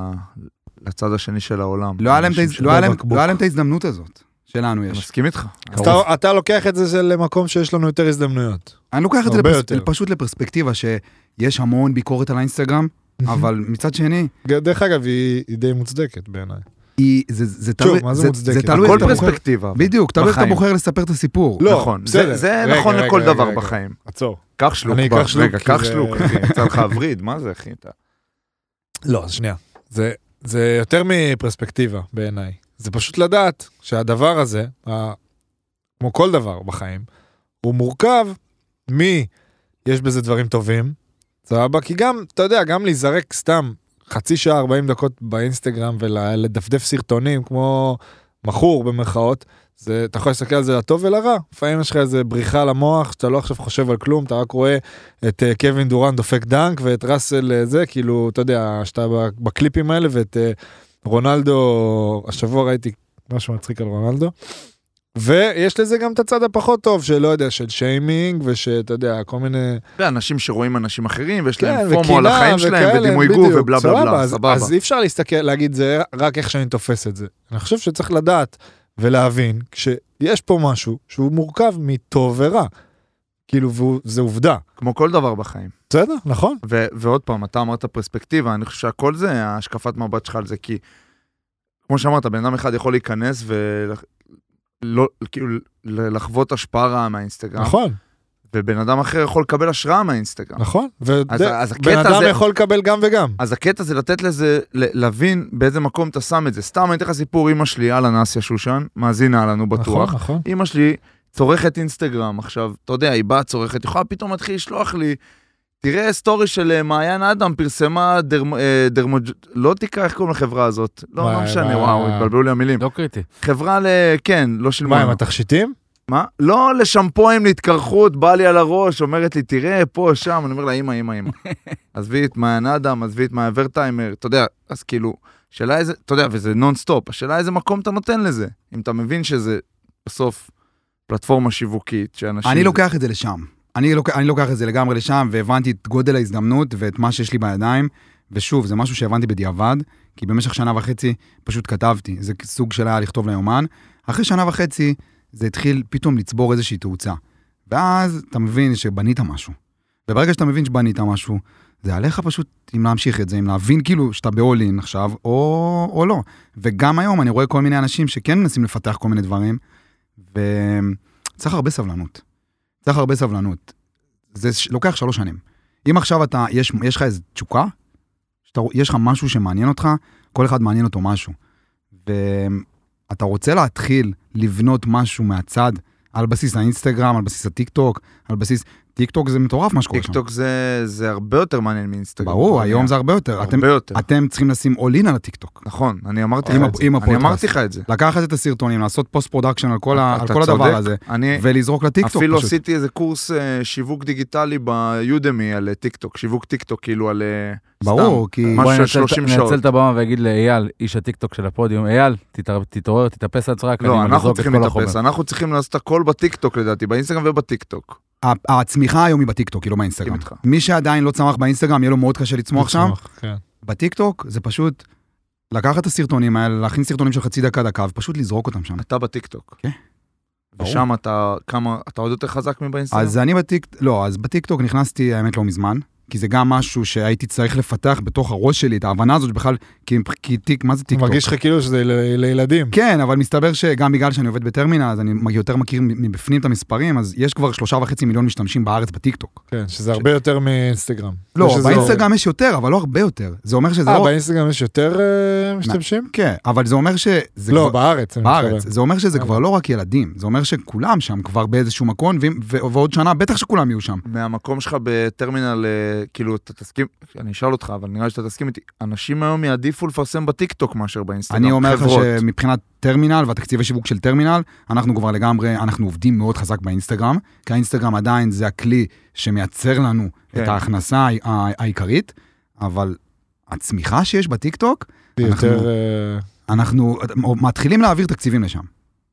S4: לצד השני של העולם.
S2: לא היה להם את ההזדמנות הזאת. שלנו יש.
S4: מסכים איתך.
S3: אתה לוקח את זה למקום שיש לנו יותר הזדמנויות.
S2: אני לוקח את זה פשוט לפרספקטיבה שיש המון ביקורת על האינסטגרם, אבל מצד שני...
S3: דרך אגב, היא די מוצדקת בעיניי.
S2: זה תלוי...
S3: מה זה מוצדקת?
S4: הכל פרספקטיבה.
S2: בדיוק, תלוי איך אתה בוחר לספר את הסיפור.
S4: נכון, זה נכון לכל דבר בחיים.
S3: עצור.
S4: קח שלוק. רגע, קח שלוק. יצא לך וריד, מה זה, אחי?
S3: לא, שנייה. זה יותר מפרספקטיבה בעיניי. זה פשוט לדעת שהדבר הזה, כמו כל דבר בחיים, הוא מורכב יש בזה דברים טובים, סבבה, כי גם, אתה יודע, גם להיזרק סתם חצי שעה, 40 דקות באינסטגרם ולדפדף סרטונים כמו מחור במרכאות, אתה יכול להסתכל על זה לטוב ולרע. לפעמים יש לך איזה בריחה למוח, שאתה לא עכשיו חושב על כלום, אתה רק רואה את קווין דורן דופק דנק, ואת ראסל זה, כאילו, אתה יודע, שאתה בקליפים האלה, ואת רונלדו, השבוע ראיתי משהו מצחיק על רונלדו, ויש לזה גם את הצד הפחות טוב, שלא יודע, של שיימינג, ושאתה יודע, כל מיני...
S4: ואנשים שרואים אנשים אחרים, ויש להם פומו על החיים שלהם, ודימוי גוף, ובלה בלה בלה, סבבה.
S3: אז אי אפשר להגיד, זה רק איך שאני תופס את זה. אני חושב שצריך לדעת ולהבין, כשיש פה משהו שהוא מורכב מטוב ורע, כאילו, זה עובדה.
S4: כמו כל דבר בחיים.
S3: בסדר, נכון.
S4: ועוד פעם, אתה אמרת פרספקטיבה, אני חושב שהכל זה, השקפת מבט שלך על זה, כי, כמו שאמרת, בן אדם אחד יכול להיכנס כאילו, לחוות השפעה רעה מהאינסטגרם.
S3: נכון.
S4: ובן אדם אחר יכול לקבל השראה מהאינסטגרם.
S3: נכון. בן אדם יכול לקבל גם וגם.
S4: אז הקטע זה לתת לזה, להבין באיזה מקום אתה שם את זה. סתם, אני אתן לך סיפור, אמא שלי, אהלן אסיה שושן, מאזינה לנו בטוח.
S3: נכון.
S4: אמא שלי צורכת אינסטגרם. עכשיו, אתה יודע, היא באה צורכת, יכולה פתאום להתחיל לשלוח לי, תראה סטורי של מעיין אדם, פרסמה לא תקרא איך קוראים לחברה הזאת. לא משנה, וואו, התבלבלו לי המילים.
S5: לא קריטי.
S4: חברה כן, לא של
S3: מה, עם התכשיטים?
S4: מה? לא לשמפויים, להתקרחות, בא לי על הראש, אומרת לי, תראה, פה, שם, אני אומר לה, אמא. עזבי את מעיין אדם, עזבי את מעיין ורטיימר, אתה יודע, אז כאילו, שאלה איזה, אתה יודע, וזה נון-סטופ, השאלה איזה מקום אתה נותן לזה, אם אתה מבין שזה בסוף פלטפורמה שיווקית, שאנשים...
S2: אני לוקח את זה לשם. אני לוקח את זה לגמרי לשם, והבנתי את גודל ההזדמנות ואת מה שיש לי בידיים, ושוב, זה משהו שהבנתי בדיעבד, כי במשך שנה וחצי פשוט כתבתי, זה סוג של היה לכתוב ליומן. אחרי שנה וחצי, זה התחיל פתאום לצבור איזושהי תאוצה. ואז אתה מבין שבנית משהו. וברגע שאתה מבין שבנית משהו, זה עליך פשוט אם להמשיך את זה, אם להבין כאילו שאתה באולין עכשיו, או לא. וגם היום אני רואה כל מיני אנשים שכן מנסים לפתח כל מיני דברים, וצריך הרבה סבלנות. צריך הרבה סבלנות. זה לוקח 3 שנים. אם עכשיו יש לך איזו תשוקה, יש לך משהו שמעניין אותך, כל אחד מעניין אותו משהו. ואתה רוצה להתחיל לבנות משהו מהצד, על בסיס האינסטגרם, על בסיס הטיק טוק, על בסיס, טיקטוק זה מטורף מה שקורה שם.
S4: טיקטוק זה הרבה יותר מעניין מאינסטגרם.
S2: ברור, היום זה הרבה יותר.
S4: הרבה יותר.
S2: אתם צריכים לשים all in על הטיקטוק.
S4: נכון, אני אמרתי
S2: עם
S4: לך את זה.
S2: הפודקאסט.
S4: אני אמרתי לך את זה.
S2: לקחת את הסרטונים, לעשות פוסט פרודקשן על כל
S4: אתה
S2: הדבר
S4: צודק.
S2: הזה,
S4: אני
S2: ולזרוק לטיקטוק
S4: אפילו
S2: פשוט.
S4: עשיתי איזה קורס שיווק דיגיטלי ביודמי על טיקטוק, שיווק טיקטוק כאילו על
S2: ברור, כי...
S4: משהו
S5: בואי
S4: של 30 שעות.
S5: ננצל את הבמה ויגיד לאייל, איש הטיקטוק של הפודיום, אייל, תתעורר, תתאפס לעצמך,
S4: לא, אנחנו צריכים להתאפס, אנחנו צריכים לעשות הכל בטיקטוק לדעתי, באינסטגרם ובטיקטוק.
S2: הצמיחה היום היא בטיקטוק, היא לא באינסטגרם.
S4: איתך.
S2: מי שעדיין לא צמח באינסטגרם, יהיה לו מאוד קשה לצמוח שם.
S3: כן.
S2: בטיקטוק זה פשוט לקחת את הסרטונים האלה, להכין סרטונים של חצי דקה, ופשוט לזרוק אותם שם.
S4: אתה בטיקטוק.
S2: כן.
S4: ושם אתה עוד יותר חזק מבאינסטגרם?
S2: אז אני בטיקטוק נכנסתי, האמת לא מזמן, כי זה גם משהו שהייתי צריך לפתח בתוך הראש שלי, את ההבנה הזאת שבכלל, כי מה זה טיקטוק?
S3: מרגיש לך כאילו שזה לילדים.
S2: כן, אבל מסתבר שגם בגלל שאני עובד בטרמינל, אז אני יותר מכיר מבפנים את המספרים, אז יש כבר 3.5 מיליון משתמשים בארץ בטיקטוק.
S3: כן, שזה הרבה יותר מאינסטגרם.
S2: לא, באינסטגרם יש יותר, אבל לא הרבה יותר. זה אומר שזה לא...
S3: באינסטגרם יש יותר משתמשים?
S2: כן, אבל זה אומר שזה...
S3: לא, בארץ.
S2: בארץ. זה אומר שזה כבר לא רק ילדים, זה אומר שכולם שם כבר באיזשהו מקום, ועוד שנה בטח שכולם יהיו שם.
S4: מהמקום שלך בטרמינל, כאילו, אתה תסכים, אני אשאל אותך, אבל נראה לי שאתה תסכים איתי, אנשים היום יעדיפו לפרסם בטיקטוק מאשר באינסטגרם.
S2: אני אומר לך שמבחינת טרמינל והתקציב השיווק של טרמינל, אנחנו כבר לגמרי, אנחנו עובדים מאוד חזק באינסטגרם, כי האינסטגרם עדיין זה הכלי שמייצר לנו את ההכנסה העיקרית, אבל הצמיחה שיש בטיקטוק, אנחנו מתחילים להעביר תקציבים לשם.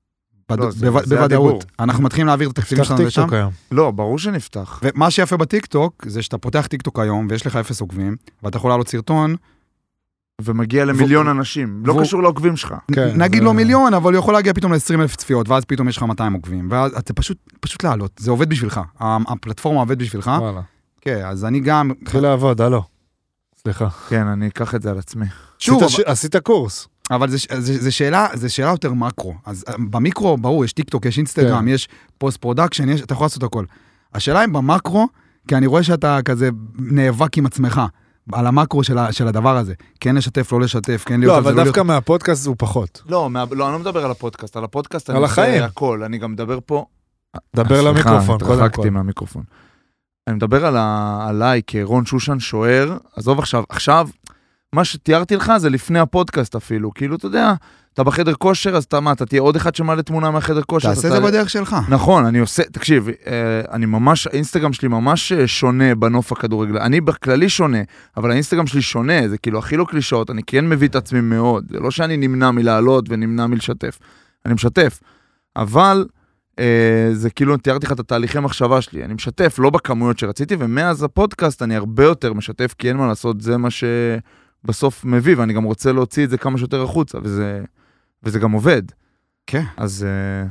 S2: בוודאות. אנחנו מתחילים להעביר את התקציבים שלנו לשם.
S4: לא, ברור שנפתח.
S2: ומה שיפה בטיקטוק, זה שאתה פותח טיקטוק היום, ויש לך 0 עוקבים, ואתה יכול לעלות סרטון,
S4: ומגיע למיליון אנשים, לא קשור לעוקבים שלך.
S2: נגיד לא מיליון, אבל הוא יכול להגיע פתאום ל20,000 צפיות, ואז פתאום יש לך 200 עוקבים, ואז אתה פשוט לעלות, זה עובד בשבילך, הפלטפורמה עובד בשבילך. כן, אז אני גם...
S3: התחיל לעבוד, הלו. סליחה.
S4: כן, אני אקח את זה על עצמי.
S2: שוב,
S3: עשית קורס.
S2: אבל זה שאלה יותר מקרו. אז במיקרו, ברור, יש טיקטוק, יש אינסטגרם, יש פוסט פרודקשן, אתה יכול לעשות הכל. השאלה היא במקרו, כי אני רואה שאתה כזה נאבק עם עצמך, על המקרו של הדבר הזה. כן לשתף, לא לשתף, כן להיות...
S3: לא, אבל דווקא מהפודקאסט הוא פחות.
S4: לא, אני לא מדבר על הפודקאסט, על הפודקאסט
S3: על החיים.
S4: הכל, אני גם מדבר פה...
S3: דבר למיקרופון, קודם כל.
S4: התרחקתי מהמיקרופון. אני מדבר עליי כרון שושן שוער, עזוב עכשיו, מה שתיארתי לך זה לפני הפודקאסט אפילו, כאילו אתה יודע, אתה בחדר כושר, אז אתה תהיה עוד אחד שמעלה תמונה מהחדר כושר.
S2: תעשה זה בדרך שלך.
S4: נכון, אני עושה, תקשיב, אני ממש, האינסטגרם שלי ממש שונה בנוף הכדורגל, אני בכללי שונה, אבל האינסטגרם שלי שונה, זה כאילו הכי לא קלישאות, אני כן מביא את עצמי מאוד, זה לא שאני נמנע מלעלות ונמנע מלשתף, אני משתף, אבל זה כאילו, תיארתי לך את התהליכי מחשבה שלי, אני משתף לא בכמויות שרציתי, ומאז הפודקאסט אני הרבה יותר משתף, כי אין מה לעשות, זה מה שבסוף מביא, ואני גם רוצה להוציא את זה כמה שיותר החוצה, וזה גם עובד.
S2: כן.
S4: אז...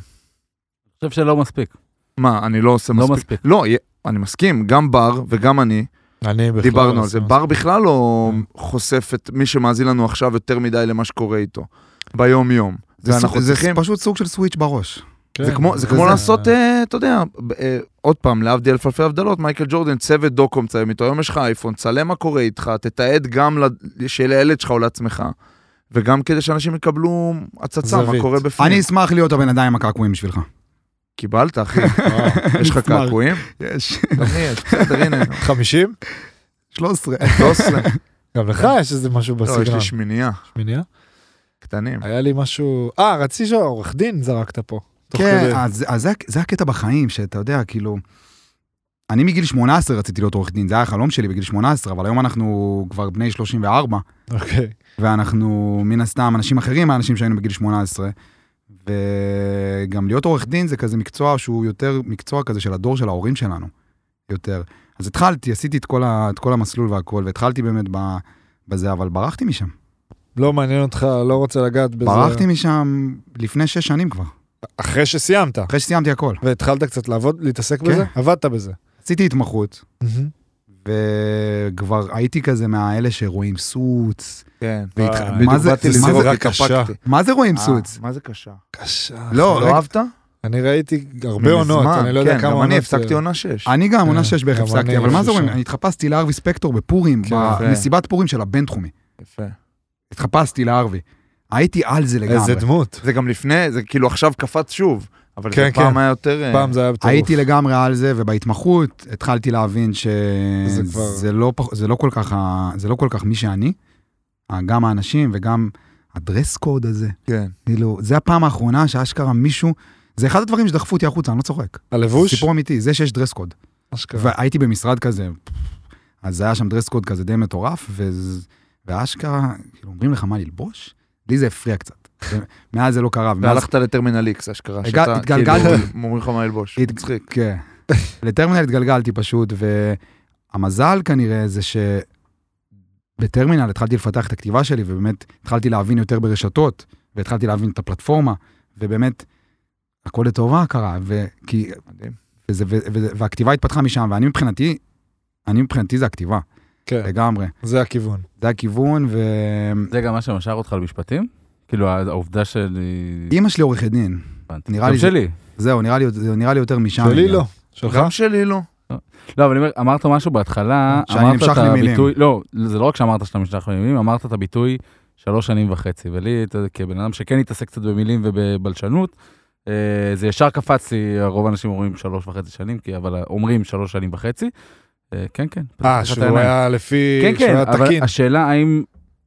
S5: אני חושב שלא מספיק.
S4: מה, אני לא עושה מספיק?
S5: לא מספיק.
S4: לא, אני מסכים, גם בר וגם אני דיברנו על זה. בר בכלל לא חושף את מי שמאזין לנו עכשיו יותר מדי למה שקורה איתו, ביום יום.
S2: זה פשוט סוג של סוויץ' בראש.
S4: זה כמו לעשות, אתה יודע, עוד פעם, להבדיל אלפי הבדלות, מייקל ג'ורדן, צוות דוקו מצלם איתו, היום יש לך אייפון, צלם מה קורה איתך, תתעד גם של הילד שלך או לעצמך, וגם כדי שאנשים יקבלו הצצה, מה קורה בפנים.
S2: אני אשמח להיות הבן אדם עם הקעקועים בשבילך.
S4: קיבלת, אחי. יש לך קעקועים?
S2: יש.
S4: גם לי יש, בסדר, הנה.
S3: 50?
S2: 13.
S3: גם לך יש איזה משהו בסגרם.
S4: לא, יש לי שמינייה.
S3: שמינייה?
S4: קטנים.
S3: היה לי משהו... רציתי שעורך דין זרקת פה.
S2: כן, אז זה הקטע בחיים, שאתה יודע, כאילו... אני מגיל 18 רציתי להיות עורך דין, זה היה החלום שלי בגיל 18, אבל היום אנחנו כבר בני 34.
S3: אוקיי.
S2: ואנחנו מן הסתם אנשים אחרים מהאנשים שהיינו בגיל 18, וגם להיות עורך דין זה כזה מקצוע שהוא יותר מקצוע כזה של הדור של ההורים שלנו, יותר. אז התחלתי, עשיתי את כל המסלול והכל, והתחלתי באמת בזה, אבל ברחתי משם.
S3: לא מעניין אותך, לא רוצה לגעת בזה.
S2: ברחתי משם לפני 6 שנים כבר.
S3: אחרי שסיימת.
S2: אחרי שסיימתי הכל.
S3: והתחלת קצת לעבוד, להתעסק בזה? עבדת בזה.
S2: עשיתי התמחות, וכבר הייתי כזה מהאלה שרואים סוץ.
S4: כן.
S2: מה זה רואים סוץ?
S4: מה זה קשה?
S3: קשה.
S2: לא
S4: אהבת?
S3: אני ראיתי הרבה עונות, אני לא יודע כמה עונות.
S4: גם אני הפסקתי עונה 6.
S2: אני גם עונה 6 בערך הפסקתי, אבל מה זה רואים? אני התחפשתי לארווי ספקטור בפורים, במסיבת פורים של הבינתחומי.
S4: יפה.
S2: התחפשתי לארווי. הייתי על זה לגמרי.
S3: איזה דמות.
S4: זה גם לפני, זה כאילו עכשיו קפץ שוב. אבל
S3: כן,
S4: זה פעם
S3: כן.
S4: היה יותר...
S3: פעם זה היה בטירוף.
S2: הייתי לגמרי על זה, ובהתמחות התחלתי להבין
S3: זה כבר-
S2: שזה לא כל כך מי שאני, גם האנשים וגם הדרס קוד הזה.
S4: כן.
S2: כאילו, זה הפעם האחרונה שאשכרה מישהו, זה אחד הדברים שדחפו אותי החוצה, אני לא צוחק.
S3: הלבוש?
S2: סיפור אמיתי, זה שיש דרס קוד.
S3: אשכרה.
S2: והייתי במשרד כזה, אז היה שם דרס קוד כזה די מטורף, ואשכרה, כאילו, אומרים לך מה ללבוש? לי זה הפריע קצת. מאז זה לא קרה.
S4: והלכת לטרמינל איקס, אשכרה.
S2: התגלגלתי.
S4: כאילו, אומרים לך מה ללבוש. מצחיק.
S2: כן. לטרמינל התגלגלתי פשוט, והמזל כנראה זה שבטרמינל התחלתי לפתח את הכתיבה שלי, ובאמת התחלתי להבין יותר ברשתות, והתחלתי להבין את הפלטפורמה, ובאמת הכל לטובה קרה,
S4: מדהים.
S2: והכתיבה התפתחה משם, ואני מבחינתי זה הכתיבה,
S3: כן,
S2: לגמרי.
S3: זה הכיוון.
S2: זה הכיוון,
S5: זה גם מה שמשאר אותך למשפטים? כאילו, העובדה
S2: אמא שלי עורכת דין. נראה
S5: גם
S2: לי
S5: שלי.
S2: זהו, נראה לי יותר משם.
S3: שלי לא. שלך?
S4: גם שלי לא.
S5: לא, אבל אני אומר, אמרת משהו בהתחלה,
S2: שאני
S5: אמרת
S2: נמשך
S5: את
S2: למילים.
S5: הביטוי, לא, זה לא רק שאמרת שאתה נמשך למילים, אמרת את הביטוי 3.5 שנים, ולי, כבן אדם שכן התעסק קצת במילים ובבלשנות, זה ישר קפץ לי, רוב האנשים אומרים 3.5 שנים, אבל אומרים 3.5 שנים. כן, כן.
S3: שהוא היה לפי...
S5: כן,
S3: שהוא
S5: כן,
S3: היה
S5: אבל
S3: תקין.
S5: השאלה האם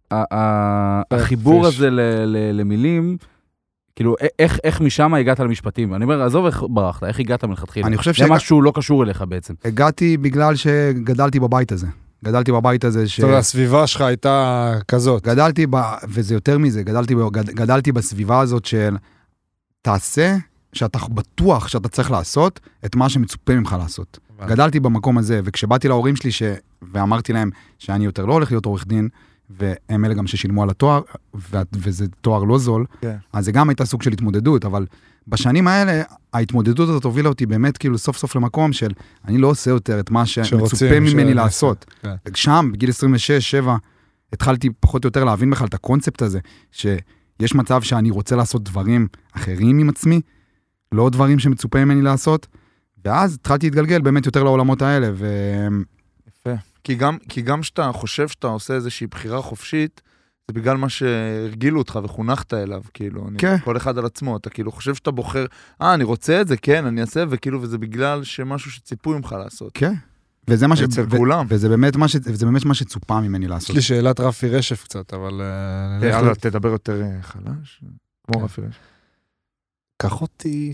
S5: החיבור הזה למילים, כאילו, איך משם הגעת למשפטים? אני אומר, עזוב איך ברחת, איך הגעת מלכתחילה?
S2: אני חושב
S5: זה משהו לא קשור אליך בעצם.
S2: הגעתי בגלל שגדלתי בבית הזה. גדלתי בבית הזה
S3: זאת אומרת, הסביבה שלך הייתה כזאת.
S2: וזה יותר מזה, גדלתי בסביבה הזאת של תעשה, שאתה בטוח שאתה צריך לעשות את מה שמצופה ממך לעשות. גדלתי במקום הזה, וכשבאתי להורים שלי ואמרתי להם שאני יותר לא הולך להיות עורך דין, והם אלה גם ששילמו על התואר, וזה תואר לא זול, אז זה גם הייתה סוג של התמודדות, אבל בשנים האלה, ההתמודדות הזאת הובילה אותי באמת כאילו סוף סוף למקום של, אני לא עושה יותר את מה שמצופה ממני לעשות. שם, בגיל 26-7, התחלתי פחות או יותר להבין בכלל את הקונספט הזה, שיש מצב שאני רוצה לעשות דברים אחרים עם עצמי, לא דברים שמצופה ממני לעשות, ואז התחלתי להתגלגל באמת יותר לעולמות האלה,
S4: יפה. כי גם שאתה חושב שאתה עושה איזושהי בחירה חופשית, זה בגלל מה שהרגילו אותך וחונכת אליו, כאילו, כל אחד על עצמו, אתה כאילו חושב שאתה בוחר, אני רוצה את זה, כן, אני אעשה, וכאילו, וזה בגלל שמשהו שציפו ממך לעשות.
S2: כן. וזה מה
S4: אצל כולם.
S2: וזה באמת מה שצופה ממני לעשות.
S3: יש לי שאלת רפי רשף קצת, אבל...
S4: תדבר יותר חלש, כמו רפי רשף.
S3: קח אותי.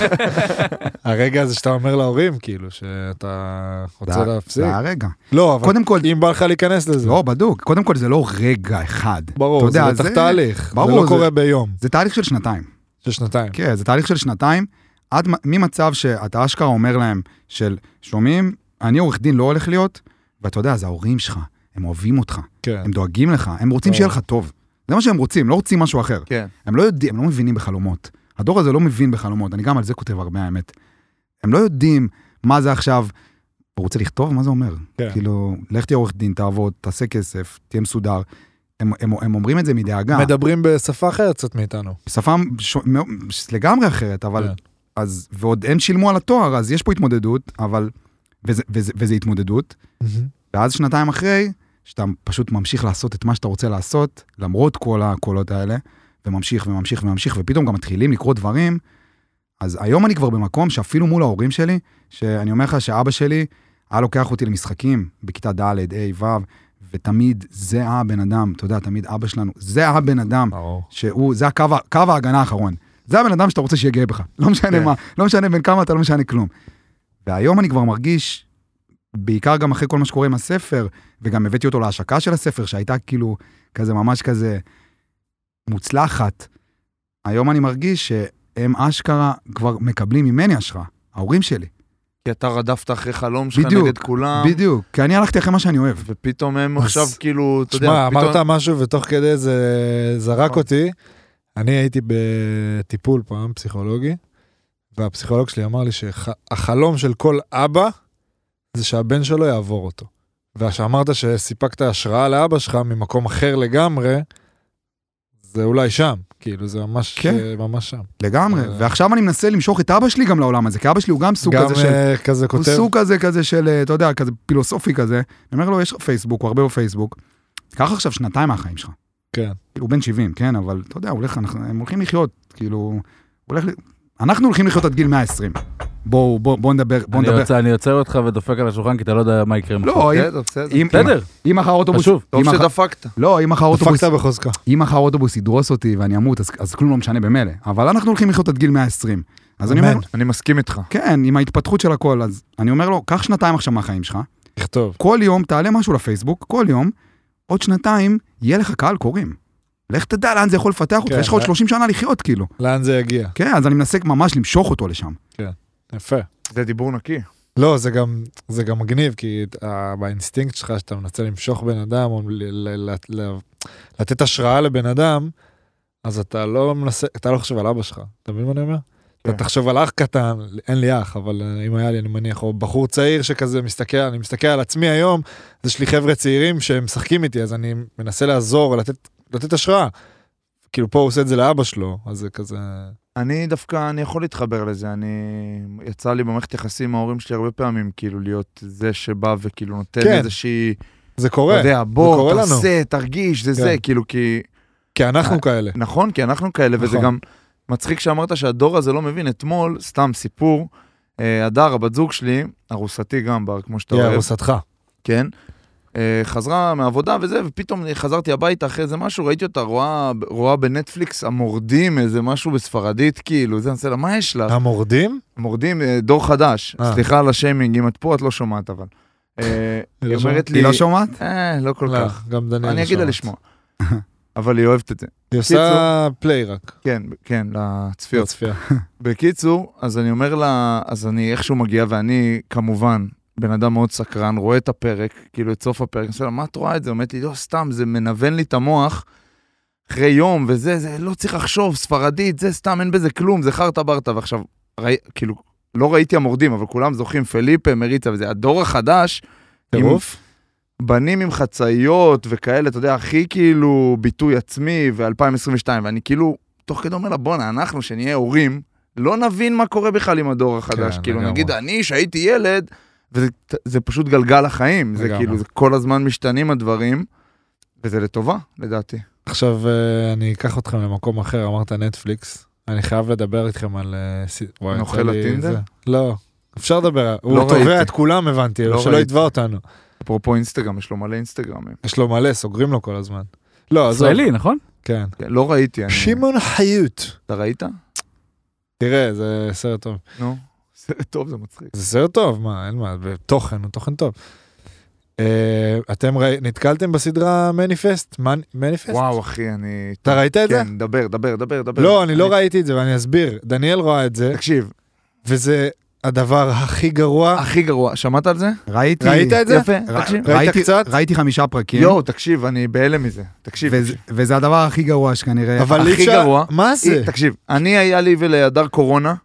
S3: הרגע הזה שאתה אומר להורים, כאילו, שאתה רוצה להפסיק.
S2: זה הרגע.
S3: לא, אבל
S2: קודם כל,
S3: אם בא לך להיכנס לזה.
S2: לא, בדוק. קודם כל, זה לא רגע אחד.
S3: ברור, זה בטח תהליך. זה לא קורה ביום.
S2: זה תהליך של שנתיים.
S3: של שנתיים.
S2: כן, זה תהליך של שנתיים, עד ממצב שאתה אשכרה אומר להם, של שומעים, אני עורך דין לא הולך להיות, ואתה יודע, זה ההורים שלך, הם אוהבים אותך, הם דואגים לך, הם רוצים שיהיה לך טוב. זה מה שהם רוצים, לא רוצים משהו אחר. הם לא יודעים, הם לא מבינים בחלומות. הדור הזה לא מבין בחלומות, אני גם על זה כותב הרבה האמת. הם לא יודעים מה זה עכשיו, הוא רוצה לכתוב, מה זה אומר? כאילו, לך תהיה עורך דין, תעבוד, תעשה כסף, תהיה מסודר. הם אומרים את זה מדאגה.
S3: מדברים בשפה אחרת קצת מאיתנו.
S2: בשפה לגמרי אחרת, אבל, אז, ועוד הם שילמו על התואר, אז יש פה התמודדות, אבל, וזה התמודדות, ואז שנתיים אחרי, שאתה פשוט ממשיך לעשות את מה שאתה רוצה לעשות, למרות כל הקולות האלה, וממשיך וממשיך וממשיך, ופתאום גם מתחילים לקרוא דברים, אז היום אני כבר במקום שאפילו מול ההורים שלי, שאני אומר לך שאבא שלי היה לוקח אותי למשחקים בכיתה ד', ה', ו', ותמיד זה הבן אדם, אתה יודע, תמיד אבא שלנו, זה הבן אדם, שהוא, זה קו ההגנה האחרון. זה הבן אדם שאתה רוצה שיהיה גאה בך. לא משנה מה, לא משנה בין כמה אתה, לא משנה כלום. והיום אני כבר מרגיש, בעיקר גם אחרי כל מה שקורה עם הספר, וגם הבאתי אותו להשקה של הספר, שהייתה כאילו כזה ממש כזה מוצלחת. היום אני מרגיש שהם אשכרה כבר מקבלים ממני השראה, ההורים שלי.
S4: כי אתה רדפת אחרי חלום שלך נגד כולם.
S2: בדיוק, כי אני הלכתי אחרי מה שאני אוהב.
S4: ופתאום הם עכשיו כאילו, אתה יודע,
S3: שמע, אמרת משהו ותוך כדי זה זרק אותי. אני הייתי בטיפול פעם פסיכולוגי, והפסיכולוג שלי אמר לי שהחלום של כל אבא זה שהבן שלו יעבור אותו. ושאמרת שסיפקת השראה לאבא שלך ממקום אחר לגמרי, זה אולי שם, כאילו זה ממש,
S2: כן.
S3: ממש שם.
S2: לגמרי, ועכשיו אני מנסה למשוך את אבא שלי גם לעולם הזה, כי אבא שלי הוא גם סוג כזה של...
S3: כזה כותב.
S2: הוא סוג כזה של, אתה יודע, כזה פילוסופי כזה. אני אומר לו, יש לך פייסבוק, הוא הרבה בפייסבוק. קח עכשיו שנתיים מהחיים שלך.
S3: כן.
S2: הוא בן 70, כן, אבל אתה יודע, הם הולכים לחיות, כאילו, אנחנו הולכים לחיות עד גיל 120. בואו נדבר.
S5: אני יוצר אותך ודופק על השולחן, כי אתה לא יודע מה יקרה.
S2: לא,
S5: בסדר.
S2: אם אחר אוטובוס...
S5: חשוב.
S4: טוב שדפקת.
S2: לא, אם אחר אוטובוס...
S3: דפקת בחוזקה.
S2: אם אחר אוטובוס ידרוס אותי ואני אמות, אז כלום לא משנה במילא. אבל אנחנו הולכים לחיות עד גיל 120. אז אני אומר...
S4: אני מסכים איתך.
S2: כן, עם ההתפתחות של הכל. אז אני אומר לו, קח 2 עכשיו מהחיים שלך.
S3: תכתוב.
S2: כל יום תעלה משהו לפייסבוק, כל יום, עוד 2 יהיה לך קהל קוראים. לך תדע לאן זה יכול לפתח אותך, יש לך עוד 30 שנה לחיות כאילו.
S3: לאן זה יגיע.
S2: כן, אז אני מנסה ממש למשוך אותו לשם.
S3: כן, יפה.
S4: זה דיבור נקי.
S3: לא, זה גם מגניב, כי באינסטינקט שלך, שאתה מנסה למשוך בן אדם, או לתת השראה לבן אדם, אז אתה לא חושב על אבא שלך. אתה מבין מה אני אומר? אתה תחשוב על אח קטן, אין לי אח, אבל אם היה לי, אני מניח, או בחור צעיר שכזה אני מסתכל על עצמי היום, אז יש לי חבר'ה צעירים שהם משחקים איתי, אז אני מנסה לעזור, לתת השראה. כאילו פה הוא עושה את זה לאבא שלו, אז זה כזה...
S4: אני דווקא, אני יכול להתחבר לזה, יצא לי במערכת יחסים עם ההורים שלי הרבה פעמים, כאילו להיות זה שבא וכאילו נותן איזושהי...
S3: זה קורה.
S4: אתה יודע, בוא, תעשה, תרגיש, זה, כאילו,
S3: כי אנחנו כאלה.
S4: נכון, כי אנחנו כאלה, וזה גם מצחיק שאמרת שהדור הזה לא מבין. אתמול, סתם סיפור, הדר, הבת זוג שלי, ארוסתי גם, כמו שאתה אוהב.
S3: ארוסתך. כן.
S4: חזרה מעבודה וזה, ופתאום חזרתי הביתה אחרי זה משהו, ראיתי אותה רואה בנטפליקס המורדים, איזה משהו בספרדית, כאילו, זה נעשה לה, מה יש לך?
S3: המורדים?
S4: המורדים, דור חדש. סליחה על השיימינג, אם את פה, את לא שומעת, אבל. היא אומרת לי...
S2: היא לא שומעת?
S4: לא כל כך.
S3: גם דניאל לא שומעת.
S4: אני אגיד לה לשמוע. אבל היא אוהבת את זה.
S3: היא עושה פליי רק.
S4: כן, לצפיות. בקיצור, אז אני אומר לה, אז אני איכשהו מגיע, ואני כמובן, בן אדם מאוד סקרן, רואה את הפרק, כאילו את סוף הפרק, אני חושב לה, מה את רואה את זה? אומרת לי, לא, סתם, זה מנוון לי את המוח, אחרי יום, וזה, זה לא צריך לחשוב, ספרדית, זה סתם, אין בזה כלום, זה חרטה ברטה, ועכשיו, כאילו, לא ראיתי המורדים, אבל כולם זוכים, פליפה, מריצה, וזה הדור החדש,
S3: טירוף?
S4: בנים עם חצאיות וכאלה, אתה יודע, הכי כאילו ביטוי עצמי, ו-2022, ואני כאילו, תוך כדי אומר לה, בונה, אנחנו שנהיה הורים, לא נבין מה קורה בכלל עם הדור החדש, כאילו, נגיד, אני שהייתי ילד, וזה פשוט גלגל החיים, זה כאילו, זה כל הזמן משתנים הדברים, וזה לטובה, לדעתי.
S3: עכשיו, אני אקח אתכם למקום אחר, אמרת נטפליקס, אני חייב לדבר איתכם על...
S4: נוכל הטינדר?
S3: לא, אפשר לדבר, הוא תובע את כולם, הבנתי, שלא יתבע אותנו.
S4: אפרופו אינסטגרם, יש לו מלא אינסטגרמים.
S3: יש לו מלא, סוגרים לו כל הזמן. לא,
S5: ישראלי, נכון?
S3: כן.
S4: לא ראיתי.
S3: שמעון חיות.
S4: אתה ראית?
S3: תראה, זה סרט טוב.
S4: נו, סרט טוב, זה מצחיק.
S3: זה סרט טוב, מה, אין מה, ותוכן, הוא תוכן טוב. אתם נתקלתם בסדרה מניפסט?
S4: וואו, אחי, אני...
S3: אתה ראית את זה?
S4: כן, דבר.
S3: לא, אני לא ראיתי את זה, ואני אסביר. דניאל רואה את זה.
S4: תקשיב.
S3: וזה הדבר הכי גרוע.
S4: הכי גרוע. שמעת על זה?
S2: ראיתי.
S3: ראית את זה?
S4: יפה, תקשיב.
S3: ראית קצת?
S2: ראיתי 5 פרקים.
S4: יואו, תקשיב, אני בהלם מזה. תקשיב.
S2: וזה הדבר הכי גרוע שכנראה...
S3: אבל
S4: הכי גרוע.
S3: מה זה?
S4: תקשיב, היה לי ולהדר קורונה,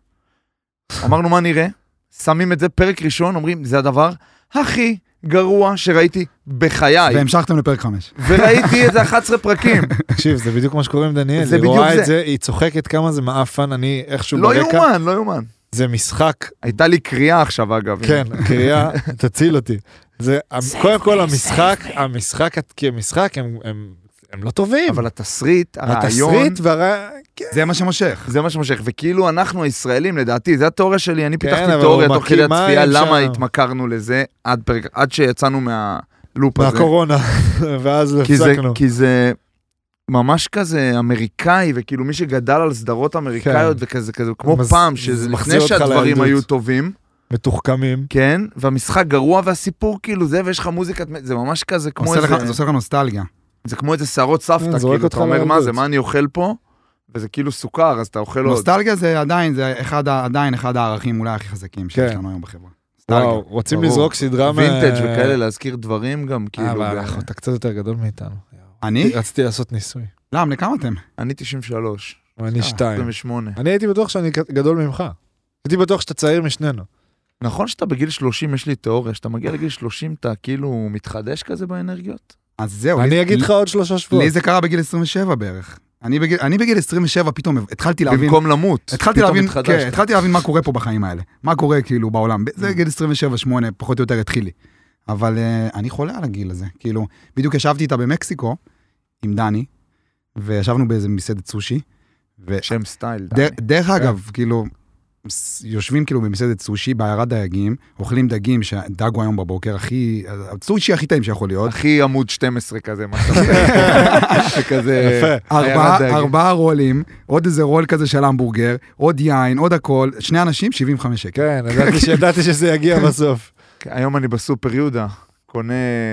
S4: אמרנו מה נראה, שמים את זה פרק ראשון, אומרים, זה הדבר הכי גרוע שראיתי בחיי.
S2: והמשכתם לפרק 5.
S4: וראיתי איזה 11 פרקים.
S3: תקשיב, זה בדיוק מה שקורה עם דניאל. היא רואה את זה, היא צוחקת כמה זה מאפן, אני איכשהו ברקע.
S4: לא יומן.
S3: זה משחק.
S4: הייתה לי קריאה עכשיו, אגב.
S3: כן, קריאה, תציל אותי. קודם כל המשחק, כי המשחק הם לא טובים.
S4: אבל התסריט, הרעיון...
S2: זה מה שמושך.
S4: זה מה שמושך, וכאילו אנחנו הישראלים, לדעתי, זה התיאוריה שלי, אני פיתחתי תיאוריה תוך כדי הצפייה, למה התמכרנו לזה עד שיצאנו מהלופ הזה.
S3: מהקורונה, ואז הפסקנו.
S4: כי זה ממש כזה אמריקאי, וכאילו מי שגדל על סדרות אמריקאיות, וכזה כמו פעם, שלפני שהדברים היו טובים.
S3: מתוחכמים.
S4: כן, והמשחק גרוע, והסיפור כאילו זה, ויש לך מוזיקה, זה ממש כזה כמו איזה...
S2: זה עושה לך נוסטלגיה.
S4: זה כמו איזה שערות סבתא, כאילו, אתה אומר מה זה, מה אני אוכל פה? וזה כאילו סוכר, אז אתה אוכל עוד.
S2: נוסטלגיה זה עדיין אחד הערכים אולי הכי חזקים שיש לנו היום בחברה.
S3: וואו, רוצים לזרוק סדרה
S4: וינטג' וכאלה, להזכיר דברים גם, כאילו.
S3: אתה קצת יותר גדול מאיתנו.
S2: אני?
S3: רציתי לעשות ניסוי.
S2: למה, לכמה אתם?
S4: אני 93.
S3: ואני 2.
S4: 28.
S3: אני הייתי בטוח שאני גדול ממך. הייתי בטוח שאתה צעיר משנינו.
S4: נכון שאתה בגיל 30, יש לי תיאוריה, שאתה מגיע לגיל 30, אתה כאילו מתחדש כזה באנרגיות?
S2: אז זהו.
S3: אני אגיד לך עוד 3 שבועות.
S2: לי זה קרה בגיל 27 בערך. אני בגיל 27 פתאום התחלתי להבין...
S4: במקום למות.
S2: התחלתי להבין מה קורה פה בחיים האלה. מה קורה כאילו בעולם. זה גיל 27-8, פחות או יותר התחיל לי. אבל אני חולה על הגיל הזה. כאילו, בדיוק ישבתי איתה במקסיקו, עם דני, וישבנו באיזה מסעדת סושי.
S4: שם סטייל, דני.
S2: דרך אגב, כאילו, יושבים כאילו במסעדת סושי, בעיירת דייגים, אוכלים דגים שדגו היום בבוקר, הסושי הכי טעים שיכול להיות.
S4: הכי עמוד 12 כזה, מה שאתה כזה...
S2: 4 רולים, עוד איזה רול כזה של המבורגר, עוד יין, עוד הכל, 2 אנשים, 75 שקל.
S3: כן, ידעתי שזה יגיע בסוף.
S4: היום אני בסופר יהודה, קונה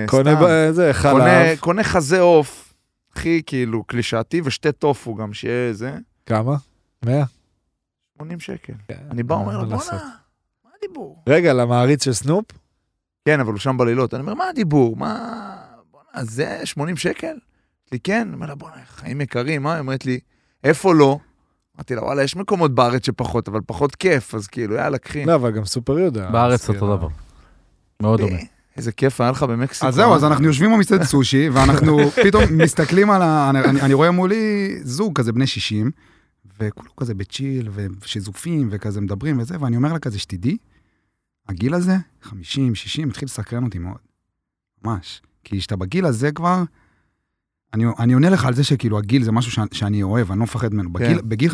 S3: חלב.
S4: קונה חזה עוף, הכי כאילו קלישאתי, ושתי טופו גם שיהיה זה.
S3: כמה? 100?
S4: 80 שקל. אני בא אומר לו, בוא'נה, מה הדיבור?
S3: רגע, למעריץ של סנופ?
S4: כן, אבל הוא שם בלילות. אני אומר, מה הדיבור? בוא'נה, זה 80 שקל? לי כן, אני אומר לה, בוא'נה, חיים יקרים, מה? היא אומרת לי, איפה לא? אמרתי לה, וואלה, יש מקומות בארץ שפחות, אבל פחות כיף, אז כאילו, יאללה, קחי.
S3: לא, אבל גם סופר יהודה.
S5: בארץ אותו דבר. מאוד דומה.
S4: איזה כיף היה לך במקסיקו.
S2: אז זהו, אז אנחנו יושבים במסעדת סושי, ואנחנו פתאום מסתכלים על אני רואה מולי זוג כזה בני 60, וכולו כזה בצ'יל, ושיזופים, וכזה מדברים וזה, ואני אומר לה כזה, שתדעי, הגיל הזה, 50, 60, התחיל לסקרן אותי מאוד. ממש. כי שאתה בגיל הזה כבר, אני עונה לך על זה שכאילו הגיל זה משהו שאני אוהב, אני לא מפחד ממנו. בגיל 50-60,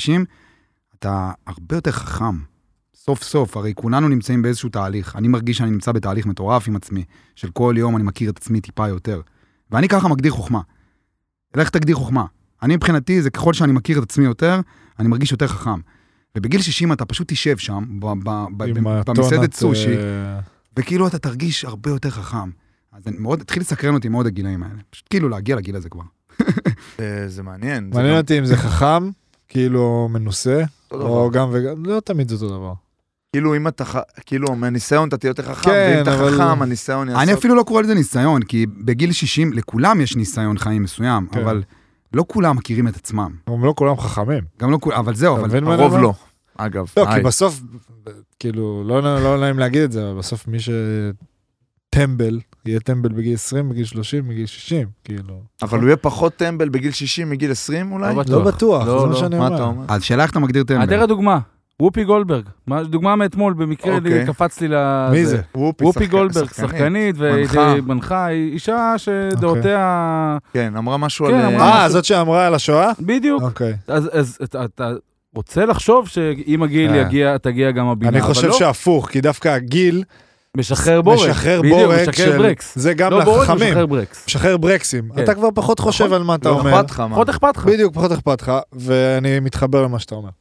S2: אתה הרבה יותר חכם. סוף סוף, הרי כולנו נמצאים באיזשהו תהליך. אני מרגיש שאני נמצא בתהליך מטורף עם עצמי, של כל יום אני מכיר את עצמי טיפה יותר. ואני ככה מגדיר חוכמה. איך תגדיר חוכמה? אני מבחינתי, זה ככל שאני מכיר את עצמי יותר, אני מרגיש יותר חכם. ובגיל 60 אתה פשוט תשב שם, במסעדת סושי, וכאילו אתה תרגיש הרבה יותר חכם. אז מאוד, התחיל לסקרן אותי מאוד הגילאים האלה. פשוט כאילו להגיע לגיל הזה כבר.
S4: זה מעניין.
S3: מעניין אותי אם זה חכם, כאילו מנוסה, או גם וגם, לא תמיד זה אותו דבר.
S4: כאילו אם אתה, כאילו מהניסיון אתה תהיה יותר חכם, ואם אתה חכם, הניסיון יעשה...
S2: אני אפילו לא קורא לזה ניסיון, כי בגיל 60 לכולם יש ניסיון חיים מסוים, אבל לא כולם מכירים את עצמם.
S3: גם לא כולם חכמים.
S2: גם לא כולם, אבל זהו, אבל
S4: הרוב לא, אגב.
S3: לא, כי בסוף, כאילו, לא נעים להגיד את זה, אבל בסוף מי שטמבל, יהיה טמבל בגיל 20, בגיל 30, בגיל 60, כאילו.
S4: אבל הוא יהיה פחות טמבל בגיל 60, מגיל 20 אולי?
S3: לא בטוח, זה מה שאני אומר.
S2: אז שאלה איך אתה מגדיר טמבל?
S5: אתן דוגמה, וופי גולדברג, דוגמה מאתמול, במקרה קפץ לי
S4: מי זה?
S5: וופי גולדברג, שחקנית ומנחה, אישה שדעותיה...
S4: כן, אמרה משהו על...
S3: זאת שאמרה על השואה?
S5: בדיוק. אז אתה רוצה לחשוב שאם הגיל תגיע גם הבינה,
S3: אני חושב שהפוך, כי דווקא הגיל...
S5: משחרר בורק.
S3: משחרר בורק
S5: משחרר ברקס.
S3: זה גם לחכמים. משחרר ברקסים. אתה כבר פחות חושב על מה אתה אומר.
S5: פחות אכפת לך.
S3: בדיוק, פחות אכפת לך, ואני מתחבר למה שאתה אומר.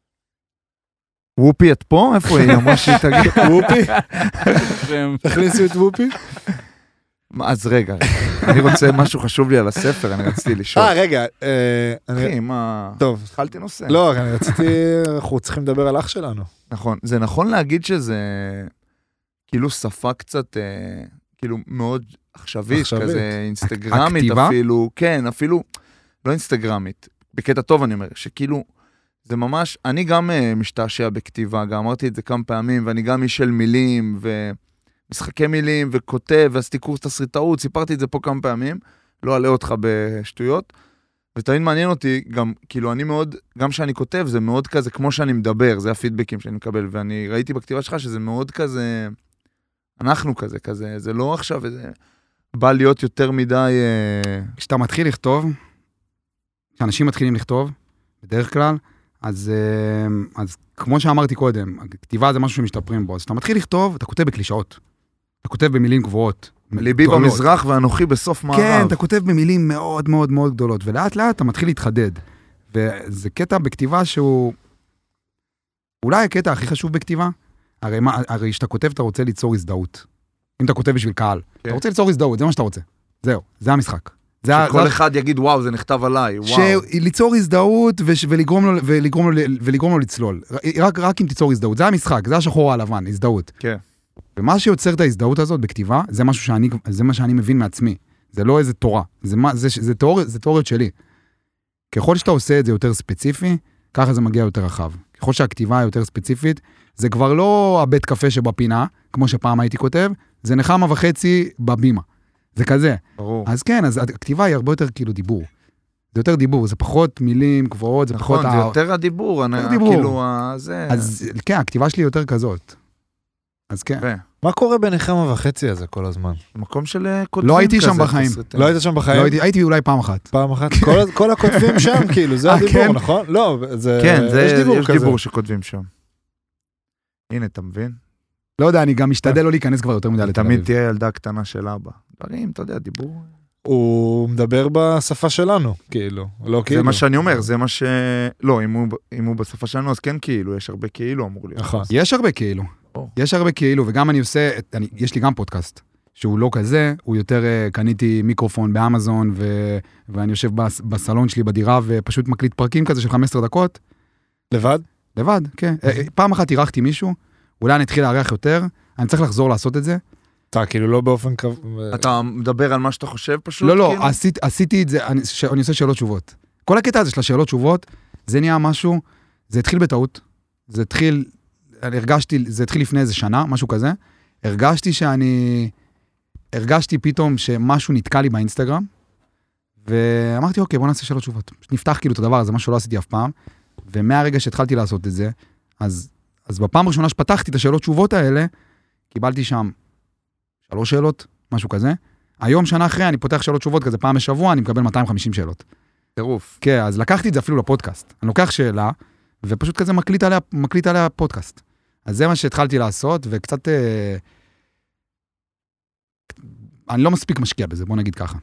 S4: וופי את פה? איפה היא? אמרה שהיא תגיד.
S3: וופי? תכניסו את וופי?
S4: אז רגע, אני רוצה משהו חשוב לי על הספר, אני רציתי לשאול.
S3: רגע.
S4: אחי, מה...
S3: טוב.
S4: התחלתי נושא.
S3: לא, אני רציתי... אנחנו צריכים לדבר על אח שלנו.
S4: נכון. זה נכון להגיד שזה כאילו שפה קצת, כאילו מאוד עכשווית, כזה אינסטגרמית אפילו. כן, אפילו לא אינסטגרמית. בקטע טוב אני אומר, שכאילו... זה ממש, אני גם משתעשע בכתיבה, גם אמרתי את זה כמה פעמים, ואני גם איש של מילים, ומשחקי מילים, וכותב, ועשיתי קורס תסריטאות, סיפרתי את זה פה כמה פעמים, לא עלה אותך בשטויות, ותמיד מעניין אותי, גם, כאילו אני מאוד, גם שאני כותב, זה מאוד כזה, כמו שאני מדבר, זה הפידבקים שאני מקבל, ואני ראיתי בכתיבה שלך שזה מאוד כזה, אנחנו כזה, זה לא עכשיו, זה בא להיות יותר מדי...
S2: כשאתה מתחיל לכתוב, כשאנשים מתחילים לכתוב, בדרך כלל, אז כמו שאמרתי קודם, כתיבה זה משהו שמשתפרים בו, אז אתה מתחיל לכתוב, אתה כותב בקלישאות. אתה כותב במילים גבוהות.
S4: ליבי במזרח ואנוכי בסוף מערב.
S2: כן, אתה כותב במילים מאוד מאוד מאוד גדולות, ולאט לאט אתה מתחיל להתחדד. וזה קטע בכתיבה שהוא... אולי הקטע הכי חשוב בכתיבה, הרי שאתה כותב, אתה רוצה ליצור הזדהות. אם אתה כותב בשביל קהל, אתה רוצה ליצור הזדהות, זה מה שאתה רוצה. זהו, זה המשחק.
S4: שכל אחד יגיד, וואו, זה נכתב עליי, וואו.
S2: ליצור הזדהות ולגרום לו לצלול. רק אם תיצור הזדהות. זה המשחק, זה השחור הלבן, הזדהות.
S4: כן.
S2: ומה שיוצר את ההזדהות הזאת בכתיבה, זה מה שאני מבין מעצמי. זה לא איזה תורה. זה תיאוריות שלי. ככל שאתה עושה את זה יותר ספציפי, ככה זה מגיע יותר רחב. ככל שהכתיבה יותר ספציפית, זה כבר לא הבית קפה שבפינה, כמו שפעם הייתי כותב, זה נחמה וחצי בבימה. זה כזה.
S4: ברור.
S2: אז כן, אז הכתיבה היא הרבה יותר כאילו דיבור. זה יותר דיבור, זה פחות מילים גבוהות, זה פחות...
S4: נכון, זה יותר הדיבור, כאילו, זה...
S2: אז כן, הכתיבה שלי יותר כזאת. אז כן.
S3: מה קורה בנחמה וחצי הזה כל הזמן?
S4: מקום של כותבים כזה.
S2: לא הייתי שם בחיים.
S3: לא היית שם בחיים?
S2: הייתי אולי פעם אחת.
S3: פעם אחת? כל הכותבים שם, כאילו, זה הדיבור, נכון? לא, זה...
S4: כן, יש דיבור שכותבים שם. הנה, אתה מבין?
S2: לא יודע, אני גם משתדל לא להיכנס כבר יותר מדי לתל
S4: תמיד
S2: אביב.
S4: תהיה ילדה קטנה של אבא. דברים, אתה יודע, דיבור.
S3: הוא מדבר בשפה שלנו, כאילו. לא כאילו.
S4: זה מה שאני אומר, זה מה ש... לא, אם הוא בשפה שלנו, אז כן כאילו, יש הרבה כאילו אמור להיות.
S3: נכון.
S2: יש הרבה כאילו. יש הרבה כאילו, וגם אני עושה, יש לי גם פודקאסט, שהוא לא כזה, הוא יותר, קניתי מיקרופון באמזון, ואני יושב בסלון שלי בדירה, ופשוט מקליט פרקים כזה של 15 דקות.
S3: לבד?
S2: לבד, כן. פעם אחת אירחתי מישהו, אולי אני אתחיל לארח יותר, אני צריך לחזור לעשות את זה.
S3: אתה כאילו לא באופן
S4: אתה מדבר על מה שאתה חושב פשוט?
S2: לא,
S4: כאילו?
S2: עשיתי את זה, אני עושה שאלות תשובות. כל הקטע הזה של השאלות תשובות, זה נהיה משהו, זה התחיל בטעות, זה התחיל לפני איזה שנה, משהו כזה, הרגשתי פתאום שמשהו נתקע לי באינסטגרם, ואמרתי, אוקיי, בוא נעשה שאלות תשובות. נפתח כאילו את הדבר הזה, מה שלא עשיתי אף פעם, ומהרגע שהתחלתי לעשות את זה, אז בפעם הראשונה שפתחתי את השאלות תשובות האלה, קיבלתי שם 3 שאלות, משהו כזה. היום, שנה אחרי, אני פותח שאלות תשובות כזה פעם בשבוע, אני מקבל 250 שאלות.
S4: טירוף.
S2: כן, אז לקחתי את זה אפילו לפודקאסט. אני לוקח שאלה, ופשוט כזה מקליט עליה פודקאסט. אז זה מה שהתחלתי לעשות, וקצת... אני לא מספיק משקיע בזה, בוא נגיד ככה.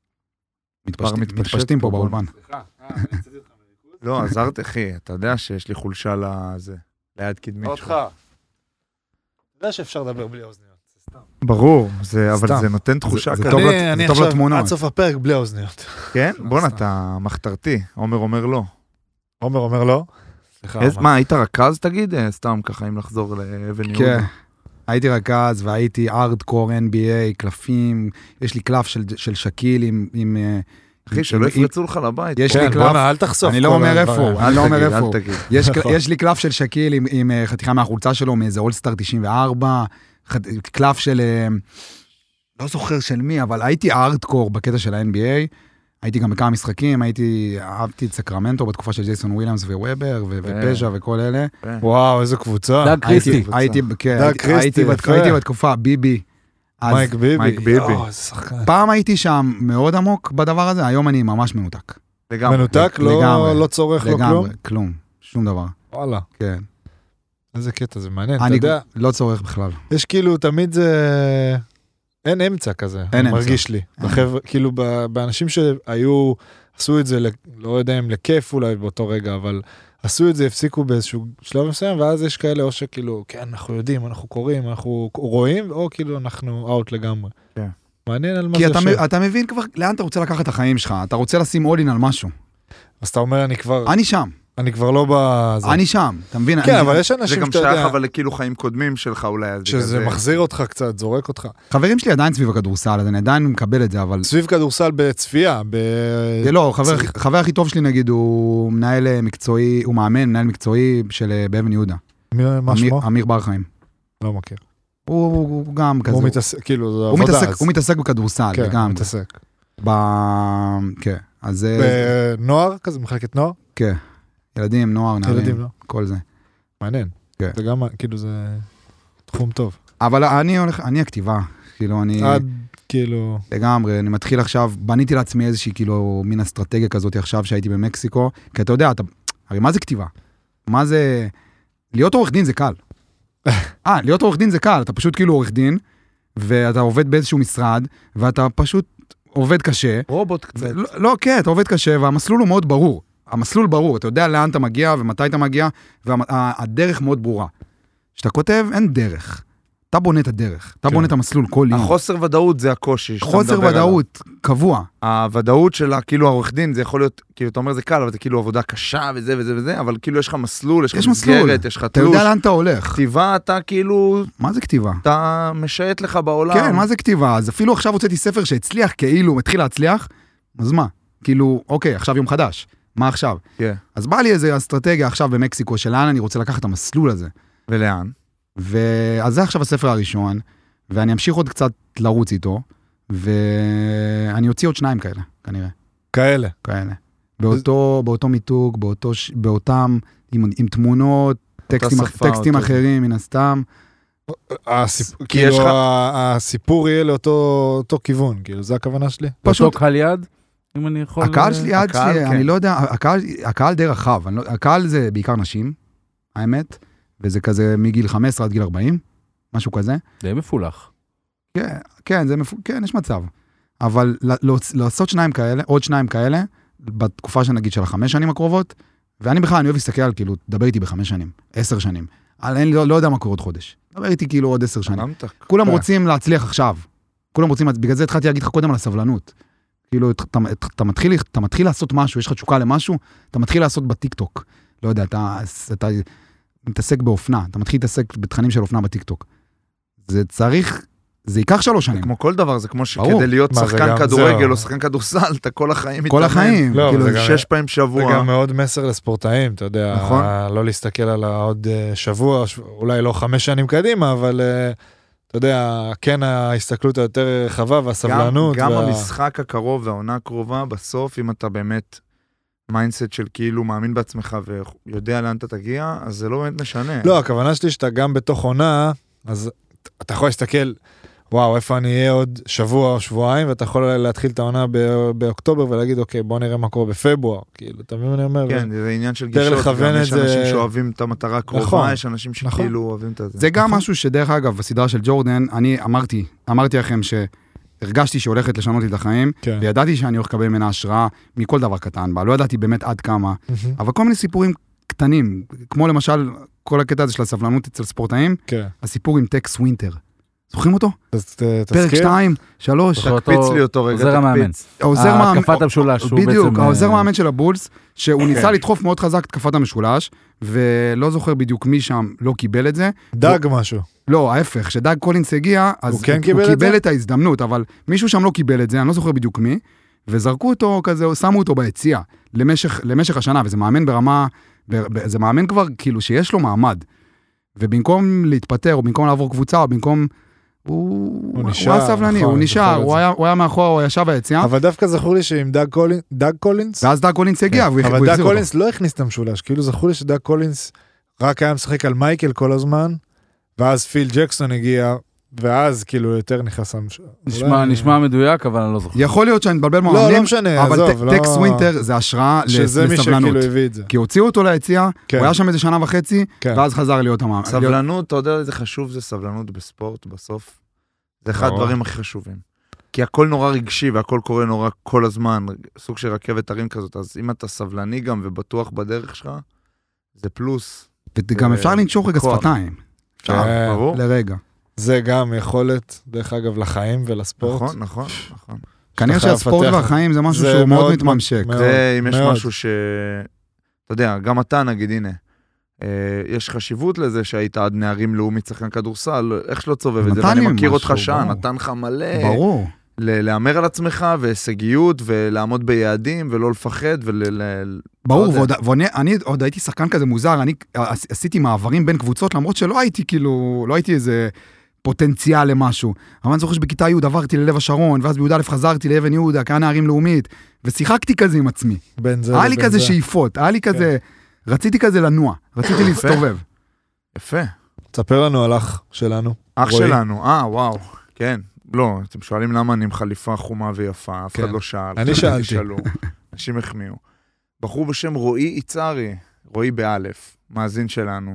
S2: מתפשטים פה באולפן.
S4: לא, עזרת, אחי, אתה יודע שיש לי חולשה לזה, ליד קדמית שלך.
S3: אתה יודע שאפשר לדבר בלי אוזניות.
S4: ברור, אבל זה נותן תחושה
S2: זה
S4: כזאת.
S3: אני
S2: טוב
S3: עכשיו
S2: לתמונות.
S3: עד סוף הפרק בלי אוזניות.
S4: כן? בוא אתה מחתרתי, עומר אומר לא.
S3: עומר אומר לא. סליחה.
S4: מה, היית רכז תגיד? סתם ככה, אם לחזור לאבן יהודה.
S2: כן. הייתי רכז והייתי ארדקור, NBA, קלפים, יש לי קלף של שקיל עם...
S4: אחי, שלא יפרצו לך לבית.
S2: יש לי
S3: כן,
S2: קלף...
S3: בוא'נה, אל תחשוף.
S2: אני לא אומר איפה הוא, אני לא אומר איפה הוא.
S4: תגיד.
S2: יש לי קלף של שקיל עם חתיכה מהחולצה שלו, מאיזה אולסטאר 94, קלף של... לא זוכר של מי, אבל הייתי ארדקור בקטע של ה-NBA, הייתי גם בכמה משחקים, אהבתי את סקרמנטו בתקופה של ג'ייסון וויליאמס וובר ופז'ה וכל אלה.
S3: וואו, איזה קבוצה.
S5: דאג קריסטי.
S2: הייתי בתקופה, ביבי.
S3: מייק ביבי.
S2: פעם הייתי שם מאוד עמוק בדבר הזה, היום אני ממש מנותק.
S3: מנותק? לא צורך לו כלום?
S2: כלום, שום דבר.
S3: וואלה.
S2: כן.
S3: איזה קטע, זה מעניין, אתה
S2: אני
S3: יודע.
S2: לא צורך בכלל.
S3: יש כאילו, תמיד זה... אין אמצע כזה,
S2: אין אמצע.
S3: מרגיש לי. כאילו, באנשים שהיו, עשו את זה, לא יודע אם לכיף אולי באותו רגע, אבל עשו את זה, הפסיקו באיזשהו שלב מסוים, ואז יש כאלה או שכאילו, כן, אנחנו יודעים, אנחנו קוראים, אנחנו רואים, או כאילו אנחנו אאוט לגמרי.
S4: כן.
S3: מעניין על מה
S2: כי
S3: זה יושב.
S2: אתה מבין כבר לאן אתה רוצה לקחת את החיים שלך, אתה רוצה לשים אולין על משהו.
S3: אז אתה אומר, אני כבר לא בזה.
S2: אני שם, אתה מבין?
S3: כן, אבל יש
S4: זה
S3: אנשים
S4: גם
S3: שאתה
S4: שייך
S3: יודע,
S4: אבל לכאילו חיים קודמים שלך אולי.
S3: שזה מחזיר אותך קצת, זורק אותך.
S2: חברים שלי עדיין סביב הכדורסל, אז אני עדיין מקבל את זה, אבל...
S3: סביב כדורסל בצפייה,
S2: לא, חבר הכי טוב שלי נגיד, הוא מנהל מקצועי, הוא מאמן, מנהל מקצועי של באבן יהודה.
S3: מה שמו?
S2: אמיר בר חיים.
S3: לא מכיר.
S2: הוא גם כזה.
S3: הוא מתעסק, כאילו, זה עבודה.
S2: הוא מתעסק בכדורסל,
S3: כן,
S2: גם.
S3: מתעסק.
S2: כן, אז...
S3: בנוער כזה, מחלקת נוער?
S2: כן. ילדים, נוער, נערים.
S3: ילדים, לא.
S2: כל זה.
S3: מעניין.
S2: כן.
S3: זה גם, כאילו, זה תחום טוב.
S2: אבל אני הכתיבה. כאילו, אני...
S3: עד, כאילו...
S2: לגמרי, אני מתחיל עכשיו, בניתי לעצמי איזושהי, כאילו, מין אסטרטגיה כזאת עכשיו שהייתי במקסיקו, כי אתה יודע, הרי מה זה כתיבה? מה זה... להיות עורך דין זה קל. להיות עורך דין זה קל, אתה פשוט כאילו עורך דין, ואתה עובד באיזשהו משרד, ואתה פשוט עובד קשה.
S4: רובוט קצת.
S2: לא, כן, אתה עובד קשה, והמסלול הוא מאוד ברור. המסלול ברור, אתה יודע לאן אתה מגיע ומתי אתה מגיע, והדרך מאוד ברורה. כשאתה כותב, אין דרך. אתה בונה את הדרך, אתה בונה את המסלול כל יום.
S4: החוסר ודאות זה הקושי שאתה מדבר עליו.
S2: חוסר ודאות, קבוע.
S4: הוודאות שלה, כאילו העורך דין, זה יכול להיות, כאילו אתה אומר זה קל, אבל זה כאילו עבודה קשה וזה וזה וזה, אבל כאילו יש לך מסלול, יש לך מסגרת, יש לך
S2: אתה
S4: תלוש.
S2: יודע לאן אתה הולך.
S4: כתיבה אתה כאילו...
S2: מה זה כתיבה?
S4: אתה משייט לך בעולם.
S2: כן, מה זה כתיבה? אז אפילו עכשיו הוצאתי ספר שהצליח כאילו, התחיל להצליח, אז מה? כאילו, אוקיי, עכשיו יום חדש. מה עכשיו?
S4: כן.
S2: אז בא לי איזו אסטרטגיה עכשיו במקסיקו, שלאן אני רוצה לקחת את המסלול הזה.
S4: ולאן?
S2: אז זה עכשיו הספר הראשון, ואני אמשיך עוד קצת לרוץ איתו, ואני אוציא עוד 2 כאלה, כנראה.
S3: כאלה.
S2: באותו מיתוג, באותם, עם תמונות, טקסטים אחרים, מן הסתם.
S3: כאילו הסיפור יהיה לאותו כיוון, כאילו, זה הכוונה שלי.
S5: פשוט קהל יד, אם אני יכול...
S2: הקהל שלי, אני לא יודע, הקהל די רחב, הקהל זה בעיקר נשים, האמת, וזה כזה מגיל 15 עד גיל 40, משהו כזה.
S5: די מפולח.
S2: כן, כן, כן, יש מצב. אבל לעשות שניים כאלה, עוד שניים כאלה, בתקופה שנגיד של 5 שנים הקרובות, ואני בכלל, אני אוהב להסתכל על, כאילו, דבר איתי ב5 שנים, 10 שנים. אני לא יודע מה קורה עוד חודש. דבר איתי כאילו עוד 10 שנים. כולם רוצים להצליח עכשיו. כולם רוצים, בגלל זה התחלתי להגיד לך קודם על הסבלנות. כאילו, אתה מתחיל לעשות משהו, יש לך תשוקה למשהו, אתה מתחיל לעשות בטיקטוק. לא יודע, אתה מתעסק באופנה, אתה מתחיל להתעסק בתכנים של אופנה בטיקטוק. זה צריך, זה ייקח 3 שנים.
S4: כמו כל דבר, זה כמו שכדי להיות שחקן כדורגל או שחקן כדורסל, אתה כל החיים מתאמן.
S2: כל החיים.
S4: כאילו 6 פעמים שבוע.
S3: זה גם מאוד מסר לספורטאים, אתה יודע,
S4: נכון.
S3: לא להסתכל על עוד שבוע, אולי לא 5 שנים קדימה, אבל אתה יודע, כן ההסתכלות היותר רחבה והסבלנות.
S4: גם המשחק הקרוב והעונה הקרובה, בסוף, אם אתה באמת מיינדסט של כאילו מאמין בעצמך ויודע לאן אתה תגיע, אז זה לא באמת משנה.
S3: לא, הכוונה שלי שאתה גם בתוך עונה, אז אתה יכול להסתכל, וואו, איפה אני אהיה עוד שבוע או שבועיים, ואתה יכול להתחיל את העונה באוקטובר ולהגיד, אוקיי, בוא נראה מה קורה בפברואר. כאילו, אתה מבין מה אני אומר?
S4: כן, זה עניין של גישות, גם יש אנשים שאוהבים את המטרה הקרובה, יש אנשים שכאילו אוהבים את זה.
S2: זה גם משהו שדרך אגב, בסדרה של ג'ורדן, אני אמרתי לכם שהרגשתי שהולכת לשנות לי את החיים, וידעתי שאני הולך לקבל ממנה השראה מכל דבר קטן בה, לא ידעתי באמת עד כמה, אבל כל מיני סיפורים קטנים, כמו למשל, כל הקטע הזה של הסבלנות אצל ספורטאים, הסיפור עם טקס ווינטר. זוכרים אותו? פרק 2, 3.
S4: תקפיץ לי אותו רגע,
S5: עוזר המאמן. התקפת המשולש.
S2: בדיוק, העוזר מאמן של הבולס, שהוא ניסה לדחוף מאוד חזק תקפת המשולש, ולא זוכר בדיוק מי שם לא קיבל את זה.
S3: דאג משהו.
S2: לא, ההפך, כשדאג קולינס הגיע, אז הוא קיבל את ההזדמנות, אבל מישהו שם לא קיבל את זה, אני לא זוכר בדיוק מי, וזרקו אותו כזה, שמו אותו ביציאה, למשך השנה, וזה מאמן ברמה, זה מאמן כבר כאילו שיש לו מעמד, ובמקום להתפטר, או במקום לעבור קבוצה, או במקום הוא היה סבלני, הוא נשאר, הוא היה מאחור, הוא ישב ביציאה.
S3: אבל דווקא זכור לי שעם דאג קולינס,
S2: ואז דאג קולינס הגיע,
S3: אבל דאג קולינס לא הכניס את המשולש, כאילו זכור לי שדאג קולינס רק היה משחק על מייקל כל הזמן, ואז פיל ג'קסון הגיע, ואז כאילו יותר נכנס המשולש.
S5: נשמע מדויק, אבל אני לא זוכר.
S2: יכול להיות שאני מתבלבל מאמנים,
S3: לא משנה,
S2: אבל טקס ווינטר זה השראה לסבלנות.
S3: שזה מי שכאילו הביא את זה.
S2: כי הוציאו אותו ליציאה, הוא היה שם איזה 1.5 שנה, ואז חזר להיות המאמן.
S4: סבלנות, אתה יודע איזה חשוב זה סבלנות בספורט בסוף. זה אחד הדברים הכי חשובים. כי הכל נורא רגשי, והכל קורה נורא כל הזמן, סוג של רכבת הרים כזאת, אז אם אתה סבלני גם ובטוח בדרך שלך, זה פלוס.
S2: וגם אפשר לנשוך רגע שפתיים.
S4: ברור.
S2: לרגע.
S3: זה גם יכולת, דרך אגב, לחיים ולספורט.
S4: נכון.
S2: כנראה שהספורט והחיים זה משהו שהוא מאוד מתממשק.
S4: זה אם יש משהו ש... אתה יודע, גם אתה נגיד, הנה, יש חשיבות לזה שהיית עד נערים לאומית שחקן כדורסל, איך שלא צובב את זה, ואני מכיר אותך שעה, נתן לך מלא.
S2: ברור.
S4: לאמר על עצמך, והישגיות, ולעמוד ביעדים, ולא לפחד,
S2: ברור, ואני עוד הייתי שחקן כזה מוזר, אני עשיתי מעברים בין קבוצות, למרות שלא הייתי כאילו, לא הייתי איזה פוטנציאל למשהו. אבל אני זוכר שבכיתה י' עברתי ללב השרון, ואז בי"א חזרתי לאבן יהודה, כהיה נערים לאומית, ושיחקתי כזה עם עצמי. היה לי כזה שאיפות, היה לי כזה, רציתי כזה לנוע, רציתי להסתובב.
S4: יפה.
S3: תספר לנו על אח שלנו.
S4: אח שלנו, וואו, כן. לא, אתם שואלים למה אני עם חליפה חומה ויפה, אף אחד לא שאל.
S3: אני שאלתי.
S4: אנשים החמיאו. בחור בשם רועי יצרי, רועי באלף, מאזין שלנו,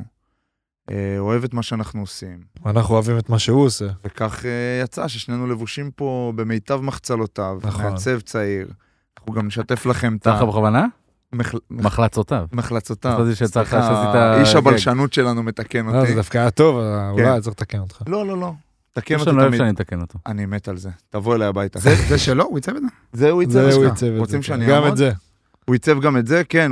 S4: אוהב את מה שאנחנו עושים.
S3: אנחנו אוהבים את מה שהוא עושה.
S4: וכך יצא ששנינו לבושים פה במיטב מחצלותיו, מעצב צעיר. אנחנו גם נשתף לכם את
S5: צריך בכוונה? מחלצותיו.
S4: מחלצותיו.
S5: סליחה,
S4: איש הבלשנות שלנו מתקן אותי.
S3: זה דווקא היה טוב, אולי צריך לתקן אותך.
S4: לא. תקן
S5: אותי
S4: תמיד.
S5: לא אוהב שאני אתקן אותו.
S4: אני מת על זה. תבוא אליי הביתה.
S2: זה שלו? הוא ייצב את זה?
S4: זה הוא ייצב. רוצים שאני אעמוד?
S3: גם את זה.
S4: הוא ייצב גם את זה, כן,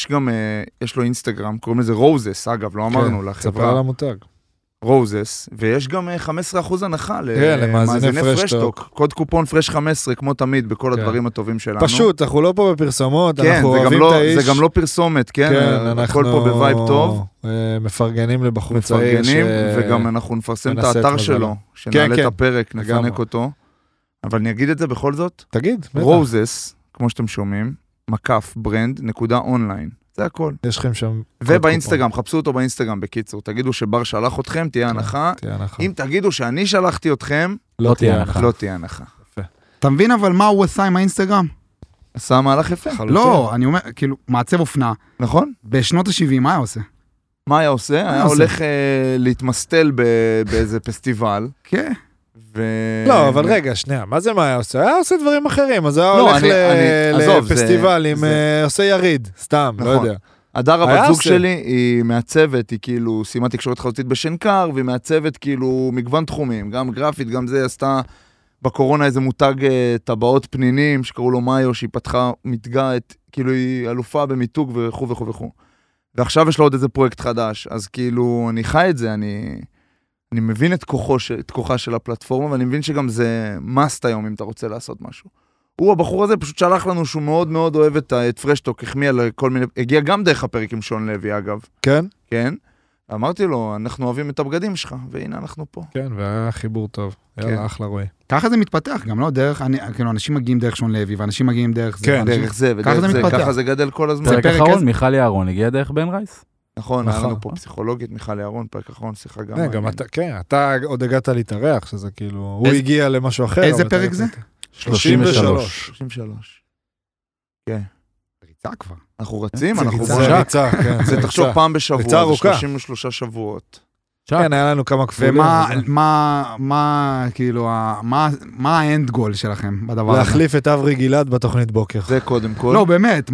S4: יש לו אינסטגרם, קוראים לזה רוזס, אגב, לא אמרנו לחברה.
S3: ספר על המותג.
S4: רוזס, ויש גם 15% הנחה למאזיני פרשטוק. קוד קופון פרש 15, כמו תמיד, בכל הדברים הטובים שלנו.
S3: פשוט, אנחנו לא פה בפרסומות,
S4: כן,
S3: אנחנו אוהבים את האיש.
S4: זה גם לא פרסומת, כן, הכל פה בווייב טוב.
S3: מפרגנים לבחור צעיר.
S4: מפרגנים, וגם אנחנו נפרסם את האתר שלו, שנעלה את הפרק, נפנק אותו. אבל אני אגיד את זה בכל זאת.
S3: תגיד.
S4: רוזס, כמו שאתם שומעים, מקף ברנד.אונליין. זה הכל.
S3: יש לכם שם...
S4: ובאינסטגרם, חפשו אותו באינסטגרם בקיצור. תגידו שבר שלח אתכם, תהיה הנחה. אם תגידו שאני שלחתי אתכם,
S3: לא תהיה הנחה.
S4: לא תהיה הנחה.
S2: אתה מבין אבל מה הוא עשה עם האינסטגרם?
S4: עשה מהלך יפה.
S2: לא, אני אומר, כאילו, מעצב אופנה.
S4: נכון?
S2: בשנות ה-70, מה היה עושה?
S4: מה היה עושה? היה הולך להתמסטל באיזה פסטיבל.
S2: כן.
S3: לא, אבל רגע, שנייה, מה זה מה היה עושה? היה עושה דברים אחרים, אז היה
S4: לא,
S3: הולך לפסטיבלים,
S4: זה-
S3: עושה יריד, סתם, לא
S4: נכון.
S3: יודע.
S4: הדר
S3: היה
S4: הבת זוג
S3: עושה.
S4: שלי, היא מעצבת, היא כאילו סיימה תקשורת חזותית בשנקר, והיא מעצבת כאילו מגוון תחומים, גם גרפית, גם זה, עשתה בקורונה איזה מותג טבעות פנינים, שקראו לו מאיו, שהיא פתחה מתגעת, כאילו היא אלופה במיתוג וכו' וכו' וכו'. ועכשיו יש לה עוד איזה פרויקט חדש, אז כאילו אני חי את זה, אני מבין את כוחה של הפלטפורמה, ואני מבין שגם זה מאסט היום אם אתה רוצה לעשות משהו. הוא, הבחור הזה, פשוט שלח לנו שהוא מאוד מאוד אוהב את פרשטוק, החמיע לכל מיני, הגיע גם דרך הפרק עם שון לוי, אגב.
S3: כן?
S4: כן. אמרתי לו, אנחנו אוהבים את הבגדים שלך, והנה אנחנו פה.
S3: כן, והיה חיבור טוב. יאללה, אחלה רועי.
S2: ככה זה מתפתח, גם לא דרך, כאילו, אנשים מגיעים דרך שון לוי, ואנשים מגיעים דרך זה.
S3: כן,
S2: ואנשים-
S4: דרך זה
S2: ככה
S4: ודרך
S2: זה
S4: זה,
S2: מתפתח.
S4: ככה זה גדל כל הזמן.
S5: פרק
S2: פרק
S5: אחרון,
S2: איזה-
S5: מיכל יערון, הגיע דרך בן רייס?
S4: נכון, היה
S3: נכון.
S4: לנו פה פסיכולוגית, מיכל יערון, פרק אחרון, שיחה גם.
S3: גם
S4: מעניינת.
S3: אתה, כן, אתה עוד הגעת להתארח, שזה כאילו, הוא הגיע למשהו אחר.
S2: איזה
S3: אבל אתה
S2: פרק זה?
S3: הגעת. 33.
S4: 33.
S2: ריצה כבר.
S4: אנחנו רצים,
S3: זה
S4: אנחנו...
S3: ריצה,
S4: בוא-
S3: ריצה, כן.
S4: זה תחשוב
S3: ריצה.
S4: פעם בשבוע,
S3: ריצה
S4: זה
S3: ארוכה.
S4: 33 שבועות.
S3: כן, היה לנו כמה כפולים.
S2: ומה,
S3: אבל-
S2: מה, כאילו, מה האנד גול שלכם בדבר הזה?
S3: להחליף את אברי גלעד בתוכנית בוקר.
S4: זה קודם כל.
S2: לא, באמת,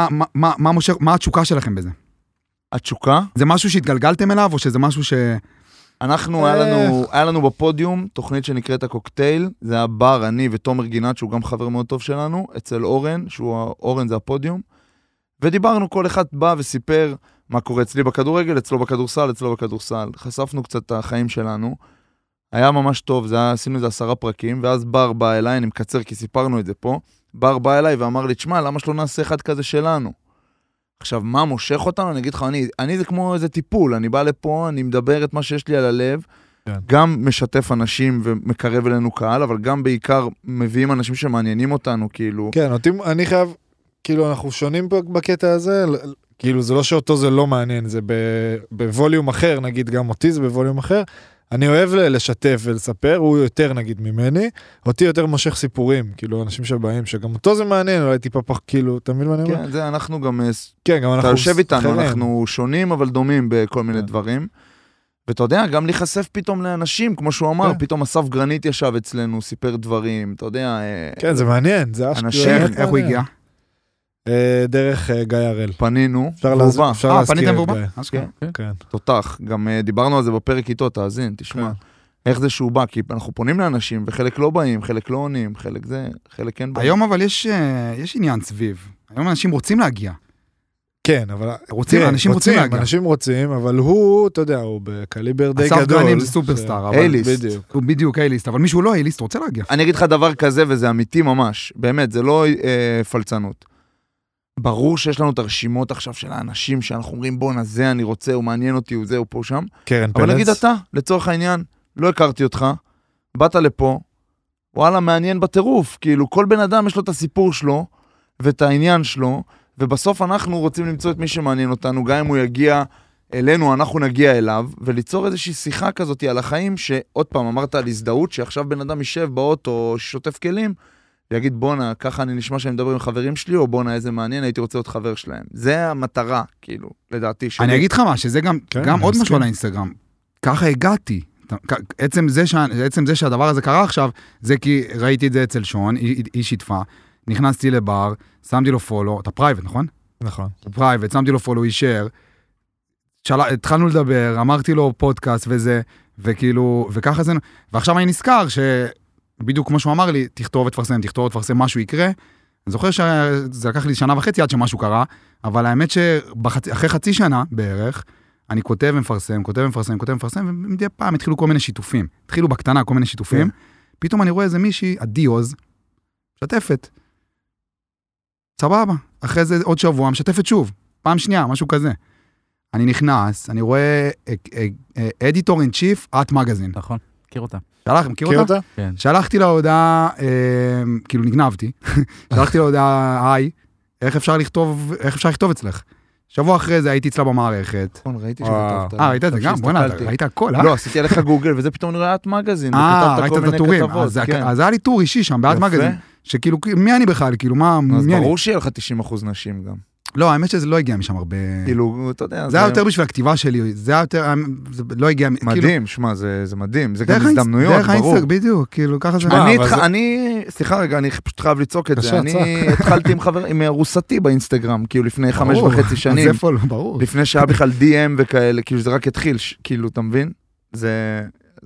S2: מה התשוקה שלכם בזה?
S4: התשוקה,
S2: זה משהו שהתגלגלתם אליו, או שזה משהו ש...
S4: אנחנו, היה לנו בפודיום תוכנית שנקראת הקוקטייל, זה היה בר, אני ותומר גינת, שהוא גם חבר מאוד טוב שלנו, אצל אורן, אורן זה הפודיום, ודיברנו, כל אחד בא וסיפר מה קורה אצלי בכדורגל, אצלו בכדורסל, אצלו בכדורסל. חשפנו קצת את החיים שלנו, היה ממש טוב, עשינו איזה 10 פרקים, ואז בר בא אליי, אני מקצר כי סיפרנו את זה פה, בר בא אליי ואמר לי, תשמע, למה שלא נעשה אחד כזה שלנו? עכשיו, מה מושך אותנו? אני אגיד לך, אני זה כמו איזה טיפול, אני בא לפה, אני מדבר את מה שיש לי על הלב,
S3: כן.
S4: גם משתף אנשים ומקרב אלינו קהל, אבל גם בעיקר מביאים אנשים שמעניינים אותנו, כאילו.
S3: כן, אני חייב, כאילו, אנחנו שונים בקטע הזה, כאילו, זה לא שאותו זה לא מעניין, זה בווליום אחר, נגיד, גם אותי זה בווליום אחר, אני אוהב לשתף ולספר, הוא יותר נגיד ממני, אותי יותר מושך סיפורים, כאילו אנשים שבאים, שגם אותו זה מעניין, אולי טיפה פח, כאילו, אתה מבין מה אני אומר?
S4: כן, זה אנחנו גם,
S3: כן, גם אנחנו
S4: אתה יושב איתנו,
S3: אחרים.
S4: אנחנו שונים אבל דומים בכל מיני
S3: כן.
S4: דברים, ואתה יודע, גם להיחשף פתאום לאנשים, כמו שהוא אמר,
S3: כן.
S4: פתאום אסף גרנית ישב אצלנו, סיפר דברים, אתה יודע,
S3: כן, זה מעניין, זה
S4: אנשים,
S2: איך הוא הגיע?
S3: דרך גיא הראל.
S4: פנינו,
S3: אפשר
S4: והוא בא.
S3: להזכיר
S2: פניתם
S3: את
S2: והוא בא?
S3: גיא.
S2: אשכרה.
S3: כן.
S4: תותח, גם דיברנו על זה בפרק איתו, תאזין, תשמע,
S3: כן.
S4: איך זה שהוא בא, כי אנחנו פונים לאנשים, וחלק לא באים, חלק לא עונים, חלק זה, חלק כן באים.
S2: היום אבל יש עניין סביב. היום אנשים רוצים להגיע.
S3: כן, אבל...
S2: רוצים, אנשים רוצים להגיע.
S3: אנשים רוצים, אבל הוא, אתה יודע, הוא בקליבר די
S2: אסף
S3: גדול.
S2: גרנית זה סופרסטאר, אבל...
S4: אייליסט.
S3: בדיוק.
S2: הוא בדיוק אייליסט, אבל מישהו לא אייליסט רוצה להגיע.
S4: אני אגיד לך דבר כזה, וזה אמיתי ממש, באמת, זה לא פלצנות. ברור שיש לנו את הרשימות עכשיו של האנשים שאנחנו אומרים, בוא נזה, אני רוצה, הוא מעניין אותי, הוא זה, הוא פה שם.
S3: קרן
S4: אבל
S3: פלץ.
S4: נגיד אתה, לצורך העניין, לא הכרתי אותך, באת לפה, וואלה, מעניין בטירוף, כאילו כל בן אדם יש לו את הסיפור שלו, ואת העניין שלו, ובסוף אנחנו רוצים למצוא את מי שמעניין אותנו, גם אם הוא יגיע אלינו, אנחנו נגיע אליו, וליצור איזושהי שיחה כזאת על החיים, שעוד פעם אמרת על הזדהות, שעכשיו בן אדם יישב באוטו, ששוטף כלים, ויגיד בונה, ככה אני נשמע שאני מדבר עם חברים שלי, או בונה, איזה מעניין, הייתי רוצה להיות חבר שלהם. זה המטרה, כאילו, לדעתי שלי.
S2: אני אגיד לך מה, שזה גם
S3: כן,
S2: גם
S3: אני
S2: עוד משהו
S3: מסכים.
S2: על האינסטגרם. ככה הגעתי. עצם זה שהדבר הזה קרה עכשיו, זה כי ראיתי את זה אצל שון, היא שיתפה, נכנסתי לבר, שמתי לו פולו, אתה פרייבט, נכון?
S3: נכון.
S2: פרייבט, שמתי לו פולו, אישר, התחלנו לדבר, אמרתי לו פודקאסט וזה, וכאילו, וככה זה, ועכשיו אני נזכר שבדיוק כמו שהוא אמר לי, תכתוב ותפרסם, משהו יקרה, אני זוכר שזה לקח לי 1.5 שנה עד שמשהו קרה, אבל האמת שאחרי חצי שנה בערך, אני כותב ומפרסם, ומדי פעם התחילו כל מיני שיתופים, התחילו בקטנה כל מיני שיתופים, פתאום אני רואה איזה מישהי, הדיוז, משתפת, סבבה, אחרי זה עוד שבוע, משתפת שוב, פעם שנייה, משהו כזה. אני נכנס, אני רואה אדיטור אין צ'יף, את מגזין.
S5: נכון, מכיר אותה.
S2: מכיר אותה?
S5: כן.
S2: שלחתי לה הודעה, כאילו נגנבתי, שלחתי לה הודעה, היי, איך אפשר לכתוב אצלך? שבוע אחרי זה הייתי אצלה במערכת.
S4: נכון, ראיתי
S3: וואו.
S4: שכתבת.
S2: ראית את זה גם? בוא'נה, ראית הכל,
S4: לא, עשיתי עליך גוגל, וזה פתאום נראה את מגזין, וכתבת
S2: ראית
S4: כל
S2: את
S4: מיני
S2: הטורים.
S4: כתבות.
S2: אז היה לי טור אישי שם, בעד
S4: יפה.
S2: מגזין, שכאילו, מי אני בכלל? כאילו,
S4: אז
S2: מי אני?
S4: ברור שיהיה לך 90% נשים גם.
S2: לא, האמת שזה לא הגיע משם הרבה...
S4: כאילו, אתה יודע...
S2: זה היה יותר בשביל הכתיבה שלי, זה היה יותר... זה לא הגיע...
S4: מדהים, שמע, זה מדהים, זה גם הזדמנויות,
S2: דרך
S4: ברור.
S2: האינסטגרם, בדיוק, כאילו, ככה זה...
S4: סליחה רגע, אני פשוט חייב לצעוק את זה. אני התחלתי עם רוסתי באינסטגרם, כאילו לפני 5.5 שנים.
S2: אז איפה לא, ברור.
S4: לפני שהיה בכלל DM וכאלה, כאילו זה רק התחיל, כאילו, אתה מבין? זה...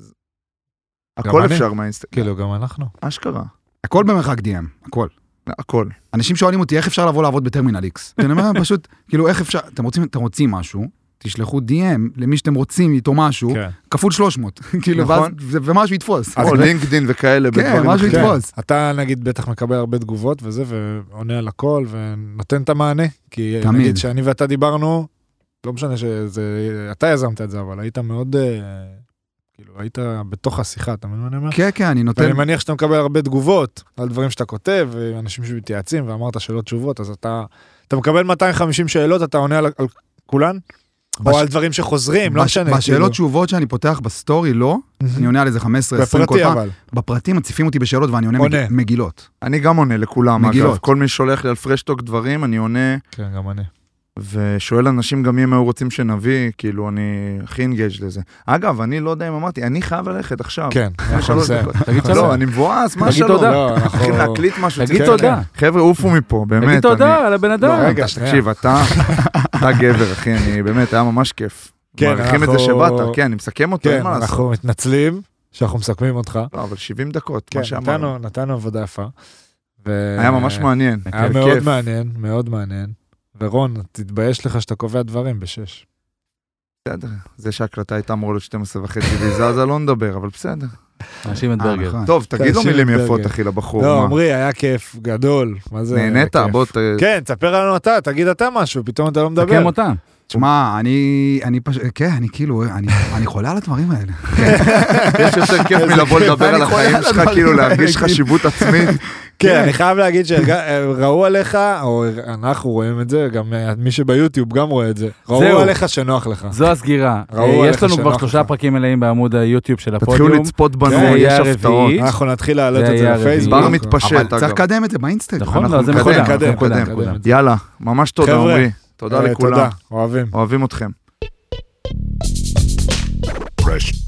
S4: הכל אפשר מהאינסטגרם.
S3: כאילו, גם אנחנו.
S4: אשכרה.
S2: הכל במרחק DM, הכל.
S4: הכל.
S2: אנשים שואלים אותי, איך אפשר לבוא לעבוד בטרמינל X? אני אומר, פשוט, כאילו, איך אפשר... אתם רוצים משהו, תשלחו DM למי שאתם רוצים איתו משהו, כפול 300, כאילו, ומשהו יתפוס.
S4: או לינקדין וכאלה,
S2: כן, משהו יתפוס.
S3: אתה, נגיד, בטח מקבל הרבה תגובות וזה, ועונה על הכל, ונותן את המענה, כי נגיד שאני ואתה דיברנו, לא משנה שזה, אתה יזמת את זה, אבל היית מאוד, כאילו, היית בתוך השיחה, אתה מבין מה אני אומר?
S2: כן, כן, אני נותן...
S3: ואני מניח שאתה מקבל הרבה תגובות על דברים שאתה כותב, ואנשים שמתייעצים, ואמרת שאלות תשובות, אז אתה מקבל 250 שאלות, אתה עונה על כולן? או על דברים שחוזרים, לא משנה.
S2: בשאלות תשובות שאני פותח בסטורי, לא, אני עונה על איזה 15-20 כל פעם. בפרטים מציפים אותי בשאלות ואני עונה מגילות.
S4: אני גם עונה לכולם, אגב. כל מי שולח לי על פרשטוק דברים, אני עונה.
S3: כן, גם אני.
S4: ושואל אנשים גם אם היו רוצים שנביא, כאילו אני הכי אינגייג' לזה. אגב, אני לא יודע אם אמרתי, אני חייב ללכת עכשיו.
S3: כן,
S5: תגיד שלום.
S4: לא, אני מבואס, מה שלום. צריכים להקליט משהו.
S5: תגיד תודה.
S4: חבר'ה, עופו מפה, באמת.
S5: תגיד תודה על הבן אדם.
S4: רגע, תקשיב, אתה גבר, אחי, אני באמת, היה ממש כיף. מעריכים את זה שבאת, כן, אני מסכם אותו, אין מה לעשות.
S3: אנחנו מתנצלים שאנחנו מסכמים אותך.
S4: לא, אבל 70 דקות,
S3: כן,
S4: מה שאמרנו.
S3: נתנו עבודה יפה.
S4: היה ממש מעניין.
S3: היה מאוד מעניין, מאוד מעניין. ורון, תתבייש לך שאתה קובע דברים ב6.
S4: בסדר, זה שהקלטה הייתה אמורה להיות 12.5 ויזזה לא נדבר, אבל בסדר.
S5: אנשים את ברגר.
S4: טוב, תגיד לו מילים יפות, אחי, לבחור.
S3: לא, עמרי, היה כיף, גדול. מה זה?
S4: נהנית? בוא
S3: כן, תספר לנו אתה, תגיד אתה משהו, פתאום אתה לא מדבר.
S5: תקם אותם.
S2: תשמע, אני פשוט, כן, אני כאילו, אני חולה על הדברים האלה.
S4: יש יותר כיף מלבוא לדבר על החיים שלך, כאילו להרגיש חשיבות עצמית.
S3: כן, אני חייב להגיד שראו עליך, או אנחנו רואים את זה, גם מי שביוטיוב גם רואה את זה. ראו עליך שנוח לך.
S5: זו הסגירה. יש לנו כבר 3 פרקים מלאים בעמוד היוטיוב של הפודיום.
S4: תתחילו לצפות בנו, יש הפתעות.
S3: אנחנו נתחיל להעלות את זה לפייסבוק.
S4: בר מתפשט, אגב.
S2: אבל צריך לקדם את זה באינסטגרם.
S5: נכון, לא, זה מקודם.
S4: יאללה, ממש תודה, עמרי. תודה לכולם.
S3: אוהבים
S4: אתכם.
S1: Fresh.